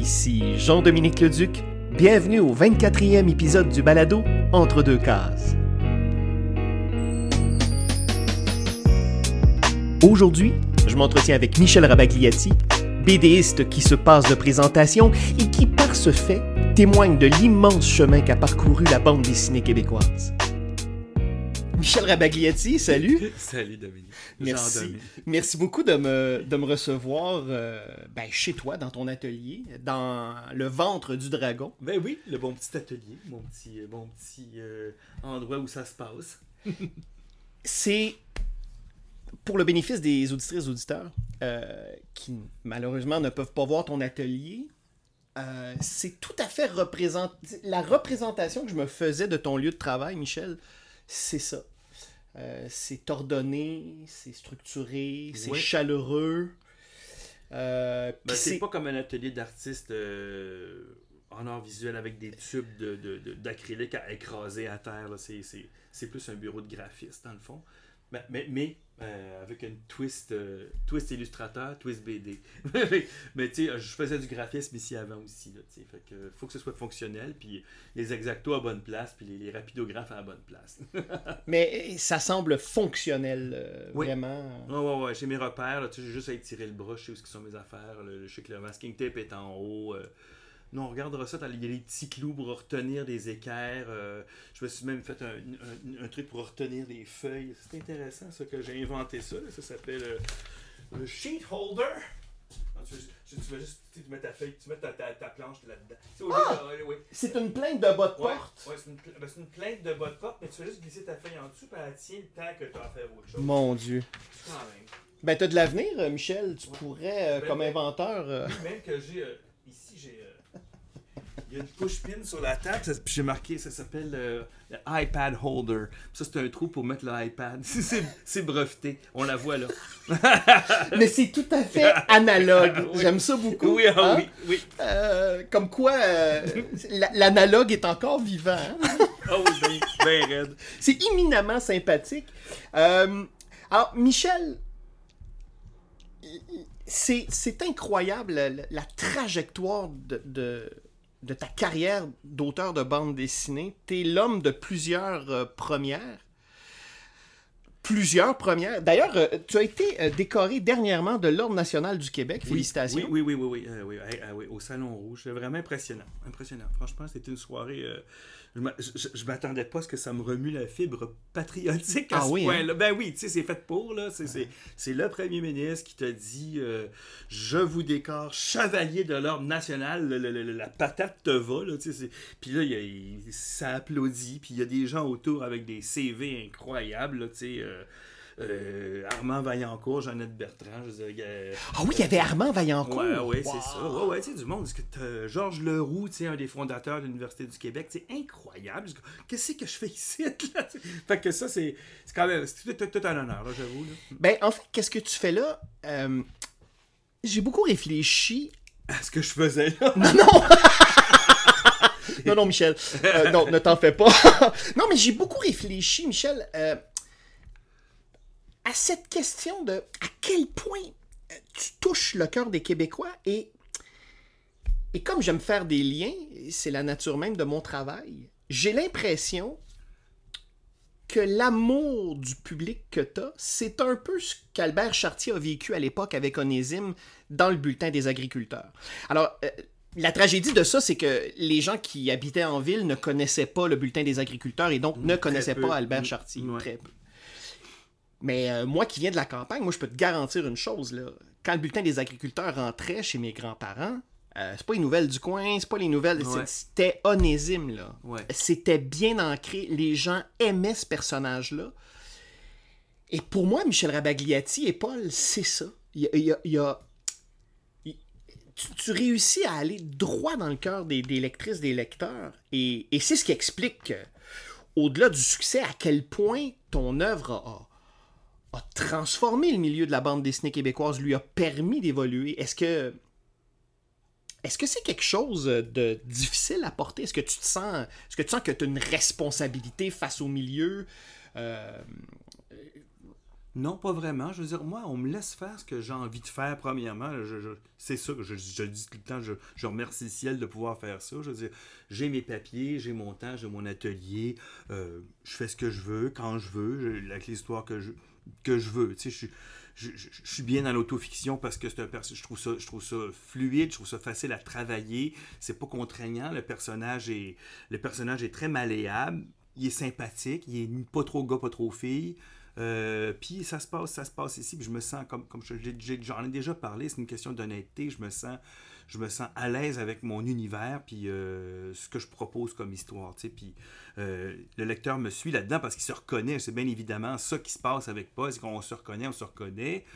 Ici Jean-Dominique Leduc. Bienvenue au 24e épisode du balado Entre deux cases. Aujourd'hui, je m'entretiens avec Michel Rabagliati, BDiste qui se passe de présentation et qui, par ce fait, témoigne de l'immense chemin qu'a parcouru la bande dessinée québécoise. Michel Rabagliati, salut! Salut Dominique. Merci. Merci beaucoup de me recevoir chez toi, dans ton atelier, dans le ventre du dragon. Ben oui, le bon petit atelier, mon petit endroit où ça se passe. C'est, pour le bénéfice des auditrices et auditeurs qui malheureusement ne peuvent pas voir ton atelier, c'est tout à fait la représentation que je me faisais de ton lieu de travail, Michel, c'est ça. C'est ordonné, c'est structuré, c'est chaleureux. C'est pas comme un atelier d'artiste en art visuel avec des tubes d'acrylique à écraser à terre. Là. C'est plus un bureau de graphiste, dans le fond. Mais avec une twist illustrateur, twist BD. mais tu sais, je faisais du graphisme ici avant aussi. Là, fait que faut que ce soit fonctionnel, puis les exactos à bonne place, puis les rapidographes à la bonne place. Mais ça semble fonctionnel, vraiment. Ouais, j'ai mes repères. Là, j'ai juste à étirer le bras, je sais où sont mes affaires. Je sais que le masking tape est en haut. Non, on regardera ça. Il y a des petits clous pour retenir des équerres. Je me suis même fait un truc pour retenir des feuilles. C'est intéressant, ça, que j'ai inventé ça. Ça s'appelle le sheet holder. Tu vas juste mettre ta feuille, tu mets ta planche là-dedans. C'est une plainte de bas de porte? Ouais, c'est une plainte de bas de porte, mais tu vas juste glisser ta feuille en dessous, puis elle tient le temps que tu as à faire autre chose. Mon Dieu. Quand même. Ben, t'as de l'avenir, Michel. Tu pourrais, comme inventeur... Même que j'ai... ici, il y a une push-pin sur la table, puis j'ai marqué, ça s'appelle le iPad holder. Ça, c'est un trou pour mettre l'iPad. C'est breveté. On la voit là. Mais c'est tout à fait analogue. Oui. J'aime ça beaucoup. Oui, hein? Oui. Comme quoi, l'analogue est encore vivant. Hein? Ah oui, ben raide. C'est éminemment sympathique. Alors, Michel, c'est incroyable la trajectoire de ta carrière d'auteur de bande dessinée. T'es l'homme de plusieurs premières. D'ailleurs, tu as été décoré dernièrement de l'Ordre national du Québec. Félicitations. Oui. Au Salon Rouge. C'est vraiment impressionnant. Franchement, c'était une soirée... Je m'attendais pas à ce que ça me remue la fibre patriotique à ce point-là. Hein? Ben oui, tu sais, c'est fait pour, là. C'est le premier ministre qui t'a dit je vous décore chevalier de l'Ordre national. La patate te va, là. Puis là, ça applaudit. Puis il y a des gens autour avec des CV incroyables, là, tu sais. Armand Vaillancourt, Jeannette Bertrand. Oui, il y avait Armand Vaillancourt. Oui, c'est ça. Ouais, tu sais, du monde. Georges Leroux, tu sais, un des fondateurs de l'Université du Québec, c'est incroyable. Qu'est-ce que je fais ici, là? Fait que ça, c'est quand même tout un honneur, là, j'avoue. Là. Ben, en fait, qu'est-ce que tu fais là? J'ai beaucoup réfléchi à ce que je faisais là. Non, Michel. Non, ne t'en fais pas. Non, mais j'ai beaucoup réfléchi, Michel, à cette question de à quel point tu touches le cœur des Québécois et comme j'aime faire des liens, c'est la nature même de mon travail, j'ai l'impression que l'amour du public que tu as, c'est un peu ce qu'Albert Chartier a vécu à l'époque avec Onésime dans le Bulletin des agriculteurs. Alors, la tragédie de ça, c'est que les gens qui habitaient en ville ne connaissaient pas le Bulletin des agriculteurs et donc ne connaissaient pas Albert Chartier. Très peu. Mais moi qui viens de la campagne, moi je peux te garantir une chose, là. Quand le Bulletin des agriculteurs rentrait chez mes grands-parents, c'est pas les nouvelles du coin, c'est pas les nouvelles, c'était Onésime, là. Ouais. C'était bien ancré, les gens aimaient ce personnage-là. Et pour moi, Michel Rabagliati et Paul, c'est ça. Tu réussis à aller droit dans le cœur des lectrices, des lecteurs, et c'est ce qui explique, au-delà du succès, à quel point ton œuvre a transformé le milieu de la bande dessinée québécoise, lui a permis d'évoluer. Est-ce que c'est quelque chose de difficile à porter? Est-ce que tu sens que tu as une responsabilité face au milieu? Non, pas vraiment. Je veux dire, moi, on me laisse faire ce que j'ai envie de faire, premièrement. C'est ça que je dis tout le temps. Je remercie le ciel de pouvoir faire ça. Je veux dire, j'ai mes papiers, j'ai mon temps, j'ai mon atelier. Je fais ce que je veux, quand je veux, avec l'histoire que je veux. Tu sais, je suis bien dans l'autofiction parce que je trouve ça fluide, je trouve ça facile à travailler. C'est pas contraignant. Le personnage est très malléable. Il est sympathique. Il est pas trop gars, pas trop fille. Puis ça se passe ici, puis je me sens comme j'en ai déjà parlé, c'est une question d'honnêteté, je me sens à l'aise avec mon univers, puis ce que je propose comme histoire, tu sais, puis le lecteur me suit là-dedans parce qu'il se reconnaît, c'est bien évidemment ça qui se passe avec Paul, c'est qu'on se reconnaît,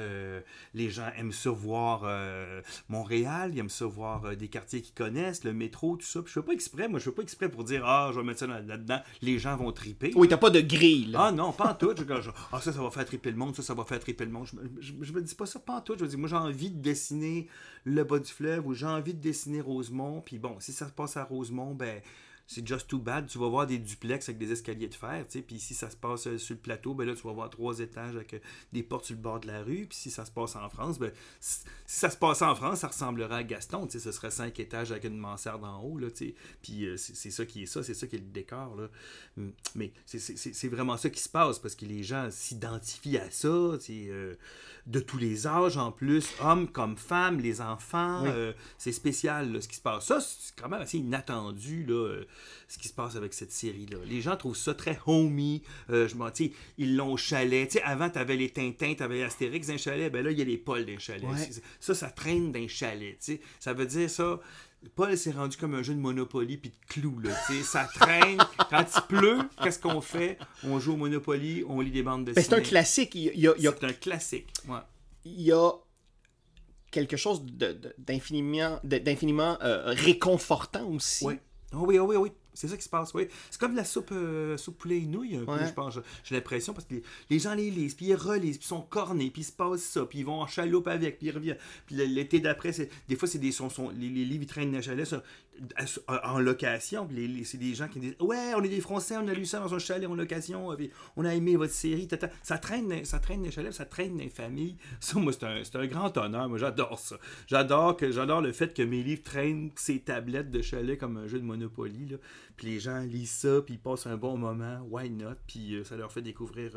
les gens aiment ça voir Montréal, ils aiment ça voir des quartiers qu'ils connaissent, le métro, tout ça, puis je fais pas exprès pour dire, je vais mettre ça là-dedans, les gens vont triper. Oui, t'as pas de grille, là. Ah non, pas en tout. Ça va faire triper le monde, ça va faire triper le monde. Je me dis pas ça, pas en tout. Je me dis, moi, j'ai envie de dessiner le bas du fleuve ou j'ai envie de dessiner Rosemont. Puis bon, si ça se passe à Rosemont, ben, c'est just too bad. Tu vas voir des duplex avec des escaliers de fer, tu sais. Puis si ça se passe sur le plateau, ben là, tu vas voir 3 étages avec des portes sur le bord de la rue. Puis si ça se passe en France, ben, si ça se passe en France, ça ressemblerait à Gaston, tu sais. Ce serait 5 étages avec une mansarde en haut, là, tu sais. Puis c'est ça qui est ça, c'est ça qui est le décor, là. Mais c'est vraiment ça qui se passe parce que les gens s'identifient à ça, tu sais, de tous les âges en plus, hommes comme femmes, les enfants, oui. C'est spécial là, ce qui se passe. Ça, c'est quand même assez inattendu là, ce qui se passe avec cette série-là. Les gens trouvent ça très homey. Ils l'ont au chalet. T'sais, avant, t'avais les Tintins, t'avais Astérix d'un chalet, ben là, il y a les Paul d'un chalet. Ouais. Ça traîne d'un chalet. T'sais. Ça veut dire ça... Paul s'est rendu comme un jeu de Monopoly puis de clous, là, ça traîne. Quand il pleut, qu'est-ce qu'on fait? On joue au Monopoly, on lit des bandes dessinées. C'est un classique. C'est un classique, ouais. Il y a quelque chose d'infiniment réconfortant aussi. Oui. Oui. C'est ça qui se passe, oui. C'est comme la soupe poulet et nouilles, un peu, je pense. J'ai l'impression, parce que les gens les lisent, puis ils relisent, puis ils sont cornés, puis ils se passent ça, puis ils vont en chaloupe avec, puis ils reviennent. Puis l'été d'après, des fois, c'est les livres, ils traînent dans chalet en location, puis c'est des gens qui disent « Ouais, on est des Français, on a lu ça dans un chalet en location, puis on a aimé votre série. » Ça traîne dans les chalets, ça traîne dans les familles. Ça, moi, c'est un grand honneur. Moi, j'adore ça. J'adore le fait que mes livres traînent ces tablettes de chalet comme un jeu de Monopoly, là. Puis les gens lisent ça, puis ils passent un bon moment, why not? Puis ça leur fait découvrir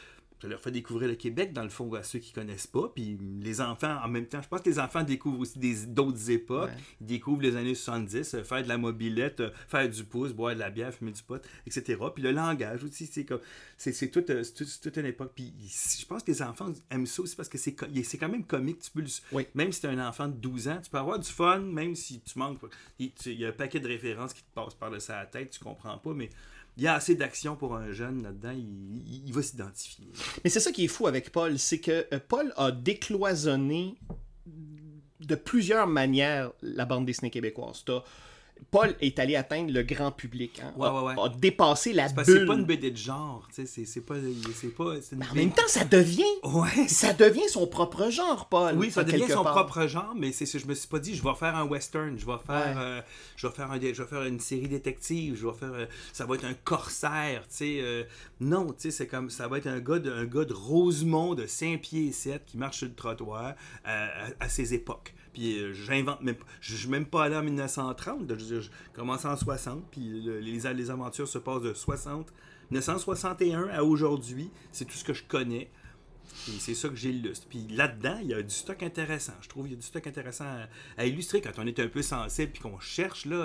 le Québec, dans le fond, à ceux qui ne connaissent pas. Puis les enfants, en même temps, je pense que les enfants découvrent aussi d'autres époques. Ouais. Ils découvrent les années 70, faire de la mobilette, faire du pouce, boire de la bière, fumer du pot, etc. Puis le langage aussi, c'est toute une époque. Puis je pense que les enfants aiment ça aussi parce que c'est quand même comique. Même si tu es un enfant de 12 ans, tu peux avoir du fun, même si tu manques. Il y a un paquet de références qui te passent par-dessus la tête, tu comprends pas, mais... Il y a assez d'action pour un jeune là-dedans, il va s'identifier. Mais c'est ça qui est fou avec Paul, c'est que Paul a décloisonné de plusieurs manières la bande dessinée québécoise. Paul est allé atteindre le grand public, hein, a dépassé la bulle. C'est pas une BD de genre, c'est pas mais en même temps, ça devient son propre genre, Paul. Oui, ça devient son propre genre, mais je me suis pas dit, je vais faire un western, je vais faire une série détective, ça va être un corsaire, non, c'est comme, ça va être un gars de Rosemont de 5 pieds et 7 qui marche sur le trottoir à ses époques. Puis j'invente même pas. Je suis même pas allé en 1930. Je commence en 60. Puis les aventures se passent de 1961 à aujourd'hui. C'est tout ce que je connais. Et c'est ça que j'illustre. Puis là-dedans, il y a du stock intéressant. Je trouve qu'il y a du stock intéressant à illustrer. Quand on est un peu sensible puis qu'on cherche, là,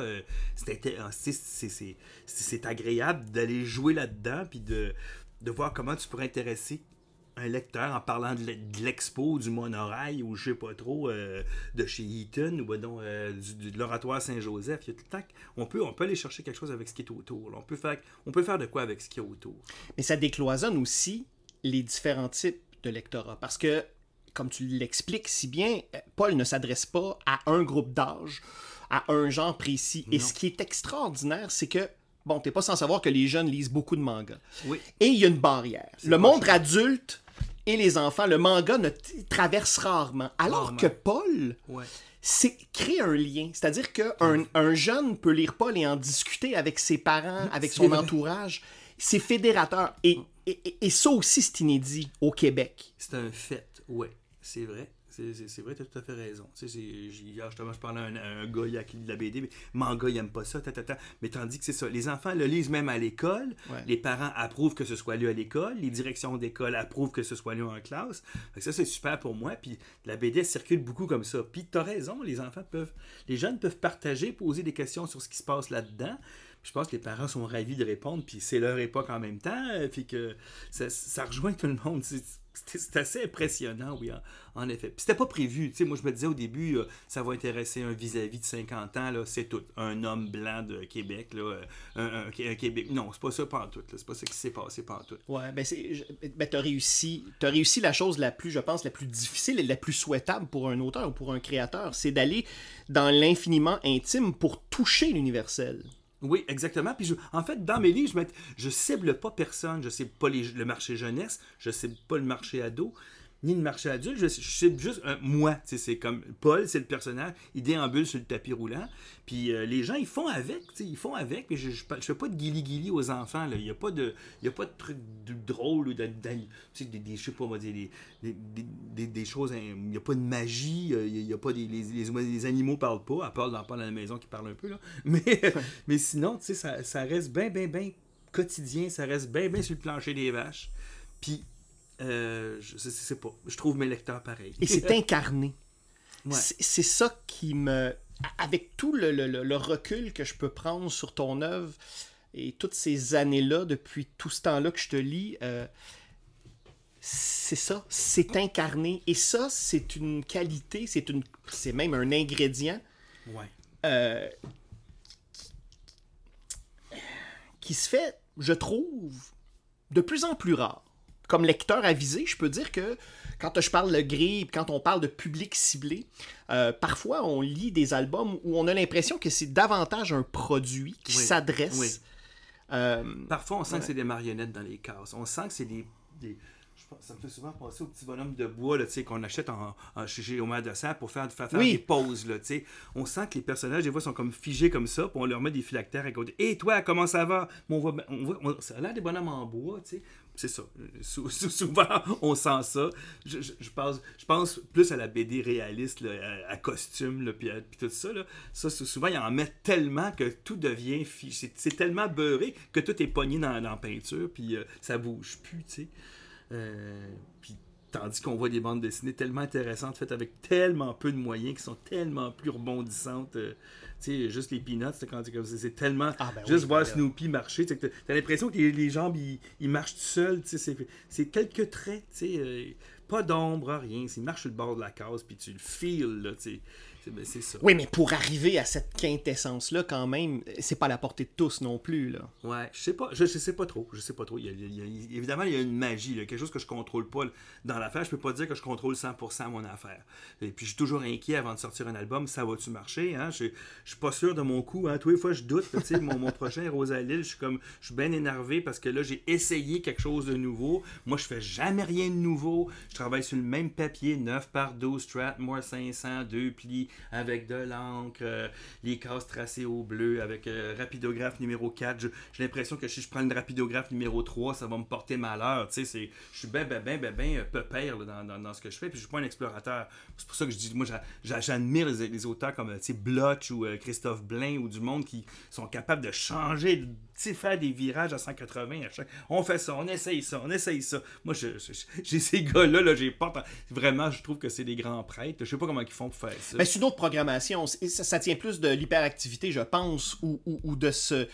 c'est agréable d'aller jouer là-dedans puis de voir comment tu pourrais intéresser un lecteur en parlant de l'expo du Monorail ou je sais pas trop de chez Eaton ou de l'Oratoire Saint-Joseph. Il y a tout le temps on peut aller chercher quelque chose avec ce qui est autour. Là. On peut faire de quoi avec ce qui est autour. Mais ça décloisonne aussi les différents types de lectorat parce que, comme tu l'expliques si bien, Paul ne s'adresse pas à un groupe d'âge, à un genre précis. Non. Et ce qui est extraordinaire, c'est que bon, t'es pas sans savoir que les jeunes lisent beaucoup de mangas. Oui. Et il y a une barrière. Le monde adulte et les enfants, le manga ne traverse rarement. Alors que Paul, crée un lien. C'est-à-dire qu'un jeune peut lire Paul et en discuter avec ses parents, avec son entourage. C'est fédérateur. Et Et ça aussi, c'est inédit au Québec. C'est un fait, ouais, c'est vrai. C'est vrai, tu as tout à fait raison. Hier, justement, je parlais à un gars qui lit de la BD, mais manga, il n'aime pas ça, mais tandis que c'est ça. Les enfants le lisent même à l'école. Ouais. Les parents approuvent que ce soit lu à l'école. Les directions d'école approuvent que ce soit lu en classe. Fait que ça, c'est super pour moi. Puis la BD, elle circule beaucoup comme ça. Puis tu as raison, les jeunes peuvent partager, poser des questions sur ce qui se passe là-dedans. Je pense que les parents sont ravis de répondre, puis c'est leur époque en même temps, puis que ça rejoint tout le monde. C'est assez impressionnant, oui, en effet. Puis c'était pas prévu. Tu sais, moi, je me disais au début, ça va intéresser un vis-à-vis de 50 ans, là, c'est tout. Un homme blanc de Québec, là, un Québec. Non, c'est pas ça pantoute. C'est pas ça qui s'est passé pantoute. Ouais, t'as réussi la chose la plus, je pense, la plus difficile et la plus souhaitable pour un auteur ou pour un créateur, c'est d'aller dans l'infiniment intime pour toucher l'universel. Oui, exactement. Puis en fait, dans mes livres, je cible pas personne. Je cible pas le marché jeunesse, je cible pas le marché ado, ni le marché adulte. Je cible juste moi. C'est comme Paul, c'est le personnage. Il déambule sur le tapis roulant. Puis les gens, ils font avec. Mais je fais pas de guili-guili aux enfants. Il n'y a pas de truc drôle ou je sais pas, on va dire des choses. Il n'y a pas de magie. Il n'y a pas les animaux parlent pas, à part dans la maison qui parle un peu. Là. Mais sinon, ça reste bien quotidien. Ça reste bien sur le plancher des vaches. Puis je sais pas. Je trouve mes lecteurs pareils. Et c'est incarné. Ouais. C'est ça qui me... Avec tout le recul que je peux prendre sur ton œuvre et toutes ces années-là, depuis tout ce temps-là que je te lis, c'est ça. C'est incarné. Et ça, c'est une qualité, c'est même un ingrédient qui se fait, je trouve, de plus en plus rare. Comme lecteur avisé, je peux dire que quand je parle de grille, quand on parle de public ciblé, parfois on lit des albums où on a l'impression que c'est davantage un produit qui s'adresse. Oui. Parfois on sent que c'est des marionnettes dans les cases. On sent que c'est des ça me fait souvent penser au petit bonhomme de bois là, qu'on achète chez Homer de Serre pour faire des pauses. Là, on sent que les personnages, des fois, sont comme figés comme ça, puis on leur met des phylactères à côté. « Hé, toi, comment ça va? » Ça a l'air des bonhommes en bois, tu sais. C'est ça. Souvent, on sent ça. Je pense plus à la BD réaliste, là, à costume, là, puis tout ça. Là. Ça, souvent, ils en mettent tellement que tout devient figé. C'est tellement beurré que tout est pogné dans la peinture, puis ça bouge plus, tu sais. Puis tandis qu'on voit des bandes dessinées tellement intéressantes faites avec tellement peu de moyens qui sont tellement plus rebondissantes, tu sais, juste les Peanuts, c'est tellement voir Snoopy marcher, t'as l'impression que les jambes ils marchent tout seuls, c'est quelques traits, pas d'ombre, rien, il marche sur le bord de la case puis tu le feels là, c'est ça. Oui, mais pour arriver à cette quintessence-là, quand même, c'est pas à la portée de tous non plus, là. Ouais, je sais pas trop. Évidemment, il y a une magie, là, quelque chose que je contrôle pas dans l'affaire. Je peux pas dire que je contrôle 100% mon affaire. Et puis, je suis toujours inquiet avant de sortir un album, ça va-tu marcher, hein? Je suis pas sûr de mon coup, hein? Tous les fois, je doute, tu sais, mon prochain Rosalille, je suis bien énervé parce que là, j'ai essayé quelque chose de nouveau. Moi, je fais jamais rien de nouveau. Je travaille sur le même papier, 9 par 12, Strathmore 500, 2 plis, avec de l'encre, les cases tracées au bleu, avec rapidographe numéro 4. J'ai l'impression que si je prends le rapidographe numéro 3, ça va me porter malheur. Je suis bien pépère dans ce que je fais, puis je suis pas un explorateur. C'est pour ça que je dis, moi, j'admire les auteurs comme Blotch ou Christophe Blain ou du monde qui sont capables de changer, faire des virages à 180 à chaque... On fait ça, on essaye ça. Moi, j'ai ces gars-là, j'ai pas... Vraiment, je trouve que c'est des grands prêtres. Je sais pas comment ils font pour faire ça. Ben, c'est une autre programmation. Ça tient plus de l'hyperactivité, je pense, ou de ce...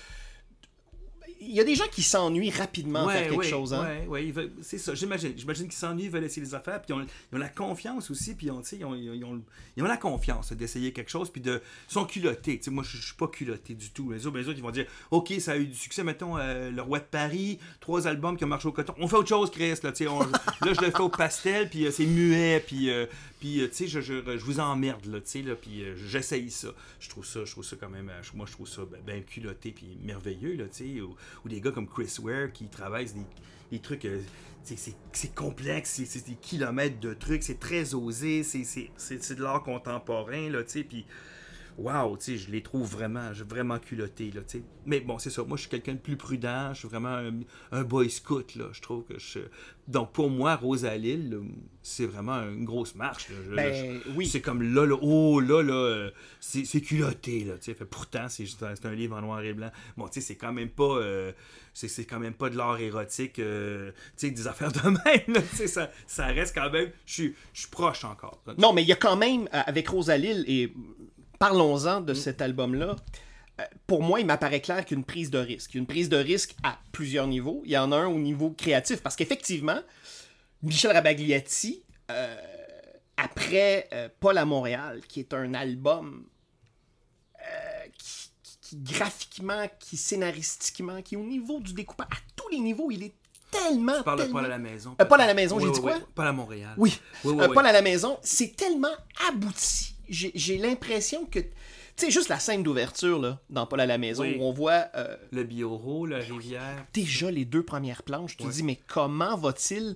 Il y a des gens qui s'ennuient rapidement faire quelque chose. Hein? Oui, c'est ça, j'imagine. J'imagine qu'ils s'ennuient, ils veulent essayer les affaires, puis ils ont la confiance aussi, puis ils ont la confiance d'essayer quelque chose, puis ils sont culottés. T'sais, moi, je suis pas culotté du tout. Les autres, ils vont dire, OK, ça a eu du succès, mettons, Le Roi de Paris, 3 albums qui ont marché au coton. On fait autre chose, Chris. Là, là je le fais au pastel, puis c'est muet, puis tu sais, je vous emmerde, là, tu sais, là, puis j'essaye ça. Je trouve ça quand même, moi, je trouve ça bien culotté, puis merveilleux, là, tu sais, ou des gars comme Chris Ware qui travaillent des trucs, c'est complexe, c'est des kilomètres de trucs, c'est très osé, c'est de l'art contemporain, là, tu sais, puis waouh, tu sais, je les trouve vraiment culottés, là, tu sais. Mais bon, c'est ça. Moi, je suis quelqu'un de plus prudent. Je suis vraiment un boy scout, là. Je trouve que Donc, pour moi, Rosalille, là, c'est vraiment une grosse marche, là. Oui. C'est comme là, c'est culotté, là, tu sais. Pourtant, c'est un livre en noir et blanc. Bon, tu sais, c'est quand même pas... c'est quand même pas de l'art érotique, tu sais, des affaires de même, là, tu sais, ça reste quand même... Je suis proche encore. Non, mais il y a quand même, avec Rosalille, et parlons-en de cet album-là, pour moi, il m'apparaît clair qu'une prise de risque. Une prise de risque à plusieurs niveaux. Il y en a un au niveau créatif, parce qu'effectivement, Michel Rabagliati, après Paul à Montréal, qui est un album qui graphiquement, qui scénaristiquement, qui au niveau du découpage, à tous les niveaux, il est tellement... Tu parles de Paul à la maison. Paul à la maison, j'ai dit quoi? Paul à Montréal. Oui. Paul à la maison, c'est tellement abouti. J'ai l'impression que... Tu sais, juste la scène d'ouverture, là, dans Paul à la maison, où on voit... le biorro, la rivière. Déjà, les 2 premières planches, tu te dis, mais comment va-t-il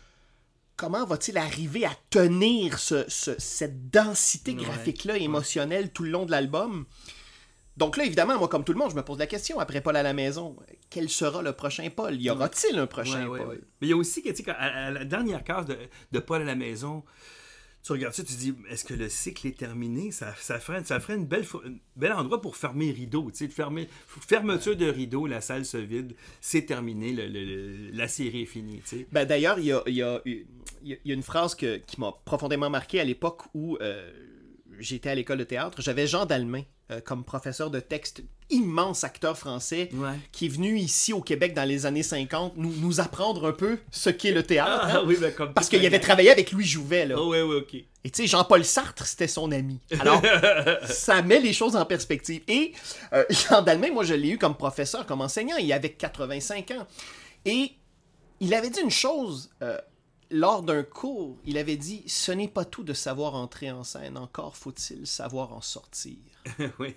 arriver à tenir cette densité graphique-là, émotionnelle, tout le long de l'album? Donc là, évidemment, moi, comme tout le monde, je me pose la question, après Paul à la maison, quel sera le prochain Paul? Y aura-t-il un prochain Paul? Mais il y a aussi, tu sais, à la dernière case de Paul à la maison, tu regardes ça, tu te dis, est-ce que le cycle est terminé? Ça ferait un bel endroit pour fermer rideau. Tu sais, fermeture de rideau, la salle se vide, c'est terminé, la série est finie. Tu sais. Ben, d'ailleurs, il y a une phrase qui m'a profondément marqué à l'époque où j'étais à l'école de théâtre. J'avais Jean Dalmain comme professeur de texte, immense acteur français, qui est venu ici au Québec dans les années 50 nous apprendre un peu ce qu'est le théâtre. Parce qu'il avait travaillé avec Louis Jouvet. Là. OK. Et tu sais, Jean-Paul Sartre, c'était son ami. Alors, ça met les choses en perspective. Et Jean Dalmain, moi, je l'ai eu comme professeur, comme enseignant. Il avait 85 ans. Et il avait dit une chose... lors d'un cours, il avait dit « Ce n'est pas tout de savoir entrer en scène, encore faut-il savoir en sortir. » Oui.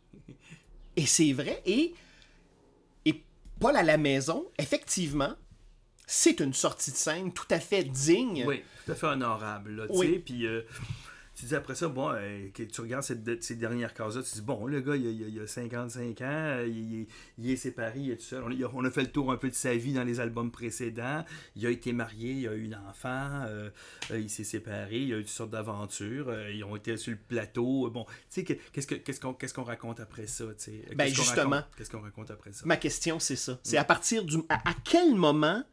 Et c'est vrai. Et Paul à la maison, effectivement, c'est une sortie de scène tout à fait digne. Oui, tout à fait honorable. Là, oui. Puis tu dis après ça, bon, tu regardes ces dernières cases-là, tu dis, bon, le gars, il a 55 ans, il est séparé, il est tout seul. On a fait le tour un peu de sa vie dans les albums précédents. Il a été marié, il a eu un enfant, il s'est séparé, il a eu toutes sortes d'aventures, ils ont été sur le plateau. Bon, tu sais, qu'est-ce qu'on raconte après ça? Ben justement, qu'est-ce qu'on raconte après ça? Ma question, c'est ça. C'est à partir du... À quel moment...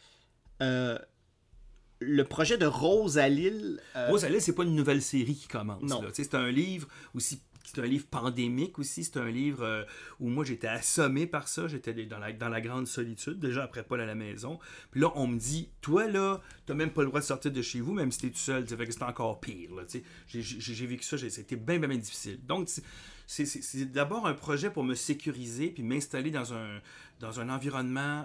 le projet de Rosalille... Rosalille, c'est pas une nouvelle série qui commence. Non. Là. C'est un livre aussi... C'est un livre pandémique aussi. C'est un livre où moi, j'étais assommé par ça. J'étais dans la grande solitude, déjà après Paul à la maison. Puis là, on me dit, toi, là, t'as même pas le droit de sortir de chez vous, même si t'es tout seul. Fait que c'est encore pire. Là, j'ai vécu ça. C'était bien difficile. Donc, c'est d'abord un projet pour me sécuriser puis m'installer dans un environnement...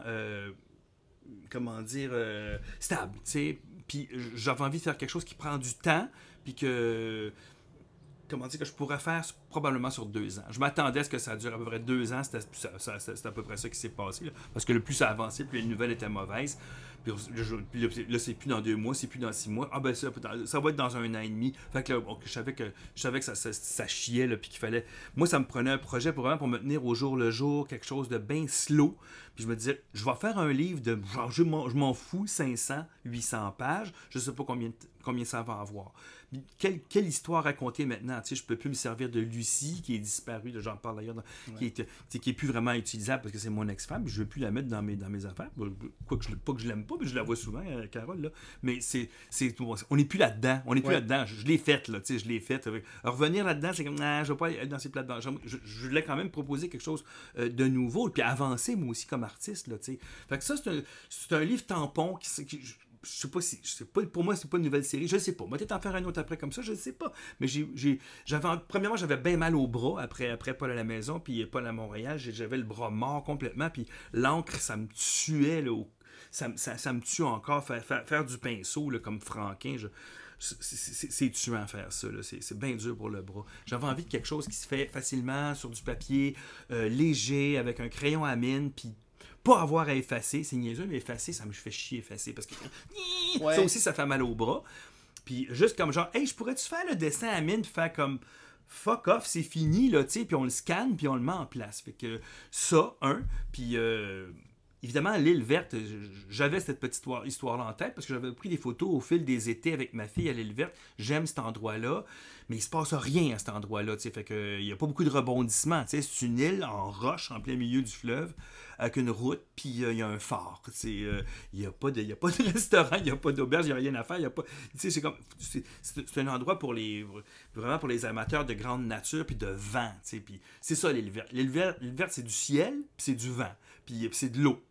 comment dire, stable, tu sais. Puis j'avais envie de faire quelque chose qui prend du temps, puis que, comment dire, que je pourrais faire probablement sur 2 ans. Je m'attendais à ce que ça dure à peu près 2 ans, c'était à peu près ça qui s'est passé, là. Parce que le plus ça avançait, plus les nouvelles étaient mauvaises. Puis là, c'est plus dans 2 mois, c'est plus dans 6 mois. Ah ben ça va être dans 1 an et demi. Fait que là, je savais que ça chiait, là, puis qu'il fallait... Moi, ça me prenait un projet pour me tenir au jour le jour, quelque chose de bien slow. Puis je me disais, je vais faire un livre de... Genre, je m'en fous, 500, 800 pages. Je sais pas combien ça va avoir. Quelle histoire raconter maintenant? Tu sais, je peux plus me servir de Lucie, qui est disparue, j'en parle d'ailleurs, qui est plus vraiment utilisable parce que c'est mon ex-femme, puis je veux plus la mettre dans mes affaires. Pas que je l'aime pas, mais je la vois souvent, Carole, là. Mais on n'est plus là-dedans. Je l'ai faite, là, tu sais, je l'ai faite. Revenir là-dedans, c'est comme, je vais pas aller dans ces plates-bandes. Je voulais quand même proposer quelque chose de nouveau, puis avancer, moi aussi, comme artiste, là, tu sais. Fait que ça, c'est un livre tampon qui je sais pas si... pour moi, c'est pas une nouvelle série. Je sais pas. Peut-être en faire un autre après comme ça, je sais pas. Mais premièrement, j'avais bien mal au bras après Paul à la maison, puis Paul à Montréal. J'avais le bras mort complètement, puis l'encre, ça me tuait, là, ça me tue encore. Faire du pinceau, là, comme Franquin, c'est tuant à faire ça, là. C'est bien dur pour le bras. J'avais envie de quelque chose qui se fait facilement sur du papier, léger, avec un crayon à mine, puis pas avoir à effacer, c'est niaiseux, mais effacer, ça me fait chier effacer, parce que ça aussi, ça fait mal au bras. Puis juste comme genre, hey, je pourrais-tu faire le dessin à mine, puis faire comme fuck off, c'est fini, là, tu sais, puis on le scanne, puis on le met en place. Fait que ça, puis évidemment, l'île verte, j'avais cette petite histoire-là en tête, parce que j'avais pris des photos au fil des étés avec ma fille à l'île verte. J'aime cet endroit-là, mais il se passe rien à cet endroit-là, tu sais, fait que il y a pas beaucoup de rebondissements, tu sais, c'est une île en roche, en plein milieu du fleuve, avec une route, puis il y a un phare, tu sais, il y a pas de restaurant, il y a pas d'auberge, il y a rien à faire, il y a pas, tu sais, c'est un endroit vraiment pour les amateurs de grande nature puis de vent, tu sais, puis c'est ça l'île verte. L'île verte, c'est du ciel, puis c'est du vent, puis c'est de l'eau.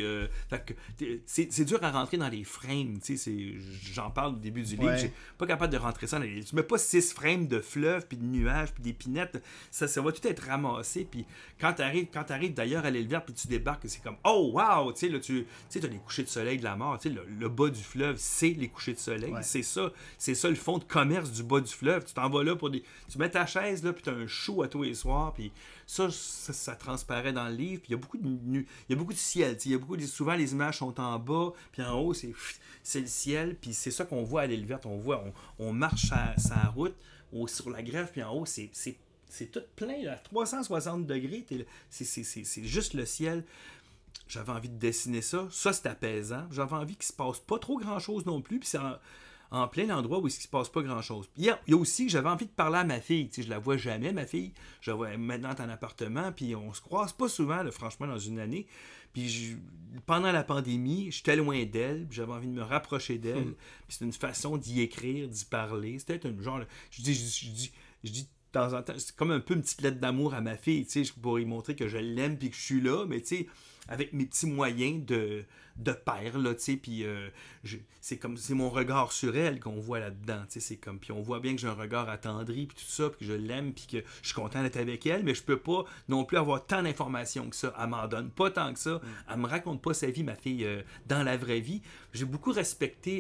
C'est dur à rentrer dans les frames. J'en parle au début du livre. Je suis pas capable de rentrer ça. Tu mets pas 6 frames de fleuves, puis de nuages, puis d'épinettes. Ça va tout être ramassé. Puis quand t'arrives d'ailleurs à l'île verte, puis tu débarques, c'est comme oh wow! Tu as les couchers de soleil de la mort. Le bas du fleuve, c'est les couchers de soleil. Ouais. C'est ça le fond de commerce du bas du fleuve. Tu t'en vas là tu mets ta chaise, là, puis t'as un show à tous les soirs. Puis ça transparaît dans le livre. Puis il y a beaucoup de ciel. Souvent, les images sont en bas, puis en haut, c'est le ciel. Puis c'est ça qu'on voit à l'île verte. On marche sa route sur la grève, puis en haut, c'est tout plein, là, à 360 degrés. C'est juste le ciel. J'avais envie de dessiner ça. Ça, c'est apaisant. J'avais envie qu'il se passe pas trop grand-chose non plus. Puis c'est en plein endroit où il ne se passe pas grand-chose. Il y a aussi que j'avais envie de parler à ma fille. Je la vois jamais, ma fille. Je la vois maintenant en appartement, puis on se croise pas souvent, là, franchement, dans une année. Puis pendant la pandémie, j'étais loin d'elle, puis j'avais envie de me rapprocher d'elle. Puis c'est une façon d'y écrire, d'y parler. C'était un genre... Je dis de temps en temps, c'est comme un peu une petite lettre d'amour à ma fille, pour lui montrer que je l'aime puis que je suis là, mais tu sais, avec mes petits moyens de père, là, tu sais, puis c'est mon regard sur elle qu'on voit là-dedans, tu sais, c'est comme, puis on voit bien que j'ai un regard attendri, puis tout ça, puis que je l'aime, puis que je suis content d'être avec elle, mais je peux pas non plus avoir tant d'informations que ça, elle m'en donne pas tant que ça, elle me raconte pas sa vie, ma fille, dans la vraie vie. J'ai beaucoup respecté,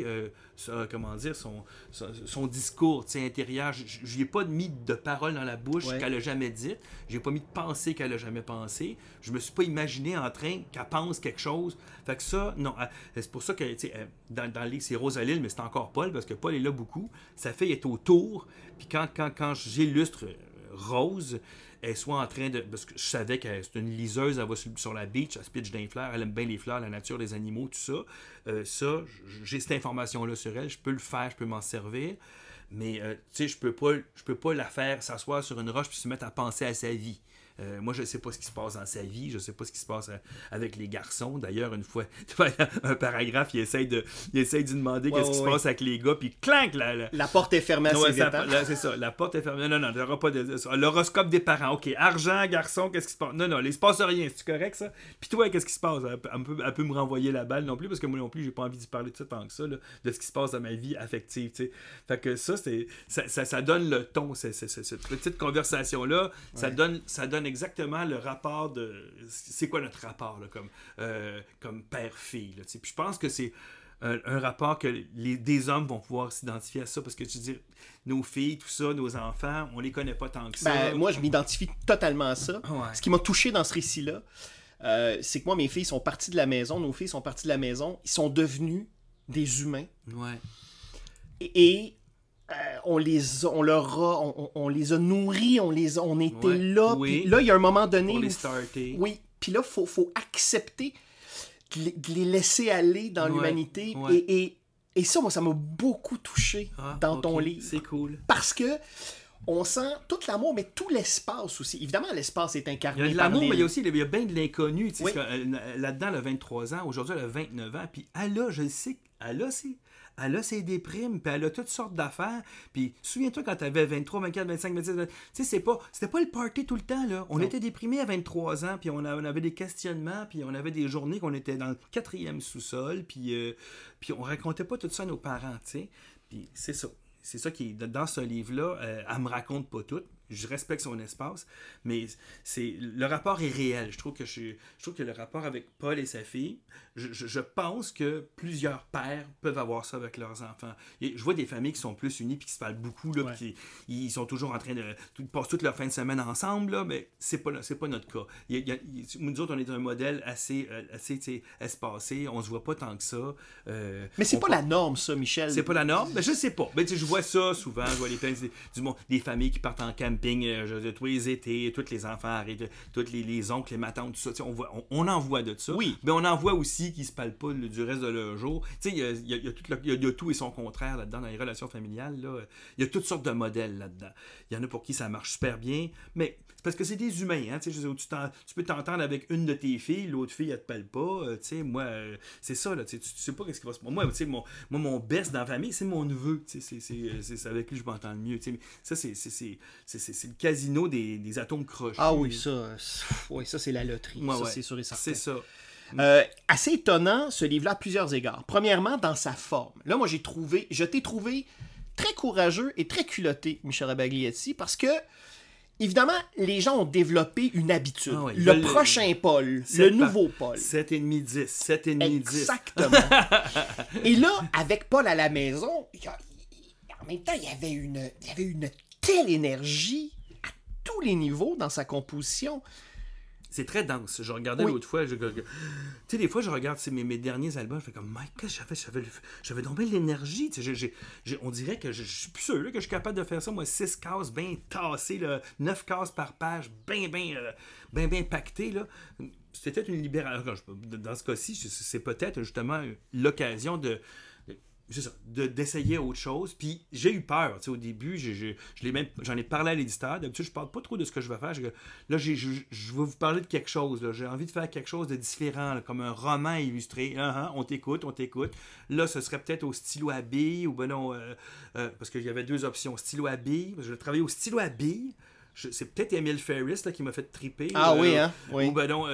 son discours, tu sais, intérieur. Je lui ai pas mis de paroles dans la bouche qu'elle a jamais dites, j'ai pas mis de pensée qu'elle a jamais pensé, je me suis pas imaginé en train qu'elle pense quelque chose. Fait que ça, non. C'est pour ça que, tu sais, dans le livre, c'est Rosalille, mais c'est encore Paul, parce que Paul est là beaucoup. Sa fille est autour. Puis quand j'illustre Rose, elle soit en train de... Parce que je savais que c'est une liseuse, elle va sur la beach, elle se pitche d'un fleur, elle aime bien les fleurs, la nature, les animaux, tout ça. J'ai cette information-là sur elle, je peux le faire, je peux m'en servir. Mais, tu sais, je peux pas la faire s'asseoir sur une roche puis se mettre à penser à sa vie. Moi, je ne sais pas ce qui se passe dans sa vie, je ne sais pas ce qui se passe avec les garçons. D'ailleurs, une fois, un paragraphe, il essaye de demander qu'est-ce qui se passe avec les gars, puis clank! La porte est fermée à ses états. C'est ça, la porte est fermée. Non, il n'y aura pas de... L'horoscope des parents, OK, argent, garçon, qu'est-ce qui se passe? Non, il ne se passe rien, c'est correct, ça? Puis toi, qu'est-ce qui se passe? Elle peut me renvoyer la balle non plus, parce que moi non plus, j'ai pas envie d'y parler de ça tant que ça, là, de ce qui se passe dans ma vie affective, tu sais. Fait que ça donne le ton, cette petite conversation-là, ça donne exactement le rapport de... C'est quoi notre rapport, là, comme père-fille, là, puis je pense que c'est un rapport que des hommes vont pouvoir s'identifier à ça, parce que tu dis, nos filles, tout ça, nos enfants, on les connaît pas tant que ça. Moi, je m'identifie totalement à ça. Ouais. Ce qui m'a touché dans ce récit-là, c'est que moi, mes filles sont parties de la maison, nos filles sont parties de la maison, ils sont devenus des humains. Ouais. Et on les a nourris, on était là. Oui. Puis là, il y a un moment donné... Pour les starter. Oui, puis là, il faut accepter de les laisser aller dans l'humanité. Ouais. Et ça, moi, ça m'a beaucoup touché dans ton livre. C'est cool. Parce que on sent tout l'amour, mais tout l'espace aussi. Évidemment, l'espace est incarné par il y a de l'amour, les... mais il y a bien de l'inconnu. Oui. Là-dedans, elle a 23 ans. Aujourd'hui, elle a 29 ans. Puis elle a, je le sais, elle a ses déprimes, puis elle a toutes sortes d'affaires. Puis souviens-toi quand t'avais 23, 24, 25, 26... Tu sais, c'était pas le party tout le temps, là. On était déprimés à 23 ans, puis on avait des questionnements, puis on avait des journées qu'on était dans le 4e sous-sol, puis on racontait pas tout ça à nos parents, tu sais. Puis c'est ça. C'est ça qui est dans ce livre-là. Elle me raconte pas tout. Je respecte son espace, mais le rapport est réel. Je trouve que le rapport avec Paul et sa fille, je pense que plusieurs pères peuvent avoir ça avec leurs enfants. Et je vois des familles qui sont plus unies puis qui se parlent beaucoup, là, puis ils sont toujours en train de passer toute leur fin de semaine ensemble, là, mais c'est pas notre cas. Nous autres, on est un modèle assez espacé, on se voit pas tant que ça. Mais c'est pas la norme, ça, Michel. C'est pas la norme? Ben, je sais pas. Ben, je vois ça souvent, je vois des familles qui partent en camping, camping de tous les étés, tous les enfants arrêtent, tous les oncles, les matantes, tout ça. On en voit de ça. Oui. Mais on en voit aussi qui se parlent pas du reste de leur jour. Il y a tout et son contraire là-dedans dans les relations familiales. Là. Il y a toutes sortes de modèles là-dedans. Il y en a pour qui ça marche super bien, mais c'est parce que c'est des humains. Hein, tu peux t'entendre avec une de tes filles, l'autre fille, elle te parle pas. Moi, c'est ça. Là, tu sais pas qu'est-ce qui va se passer. Moi, mon best dans la famille, c'est mon neveu. C'est avec lui que je m'entends le mieux. Mais ça, c'est le casino des atomes crochus. Ah oui, ça c'est la loterie. C'est sûr et certain. C'est ça. Assez étonnant, ce livre-là, à plusieurs égards. Premièrement, dans sa forme. Là, moi, je t'ai trouvé très courageux et très culotté, Michel Rabagliati, parce que, évidemment, les gens ont développé une habitude. Ah oui, le prochain Paul, le nouveau Paul. 7,5, 10. 7,5, 10. Exactement. Et là, avec Paul à la maison, en même temps, il y avait une telle énergie à tous les niveaux dans sa composition. C'est très dense. Je regardais l'autre fois. Tu sais, des fois, je regarde mes derniers albums. Je fais comme, Mike, j'avais tombé l'énergie. On dirait que je suis plus sûr là, que je suis capable de faire ça. Moi, 6 cases bien tassées, 9 cases par page, bien pactées. Là. C'était une libération. Dans ce cas-ci, c'est peut-être justement l'occasion d'essayer autre chose. Puis j'ai eu peur, au début, j'en ai parlé à l'éditeur. D'habitude, je parle pas trop de ce que je vais faire. Là, je vais vous parler de quelque chose. Là. J'ai envie de faire quelque chose de différent, là, comme un roman illustré. On t'écoute. Là, ce serait peut-être au stylo à billes, ou parce qu'il y avait 2 options, stylo à billes. Je vais travailler au stylo à billes. C'est peut-être Emile Ferris là, qui m'a fait triper. Oui, hein? Oui. Ou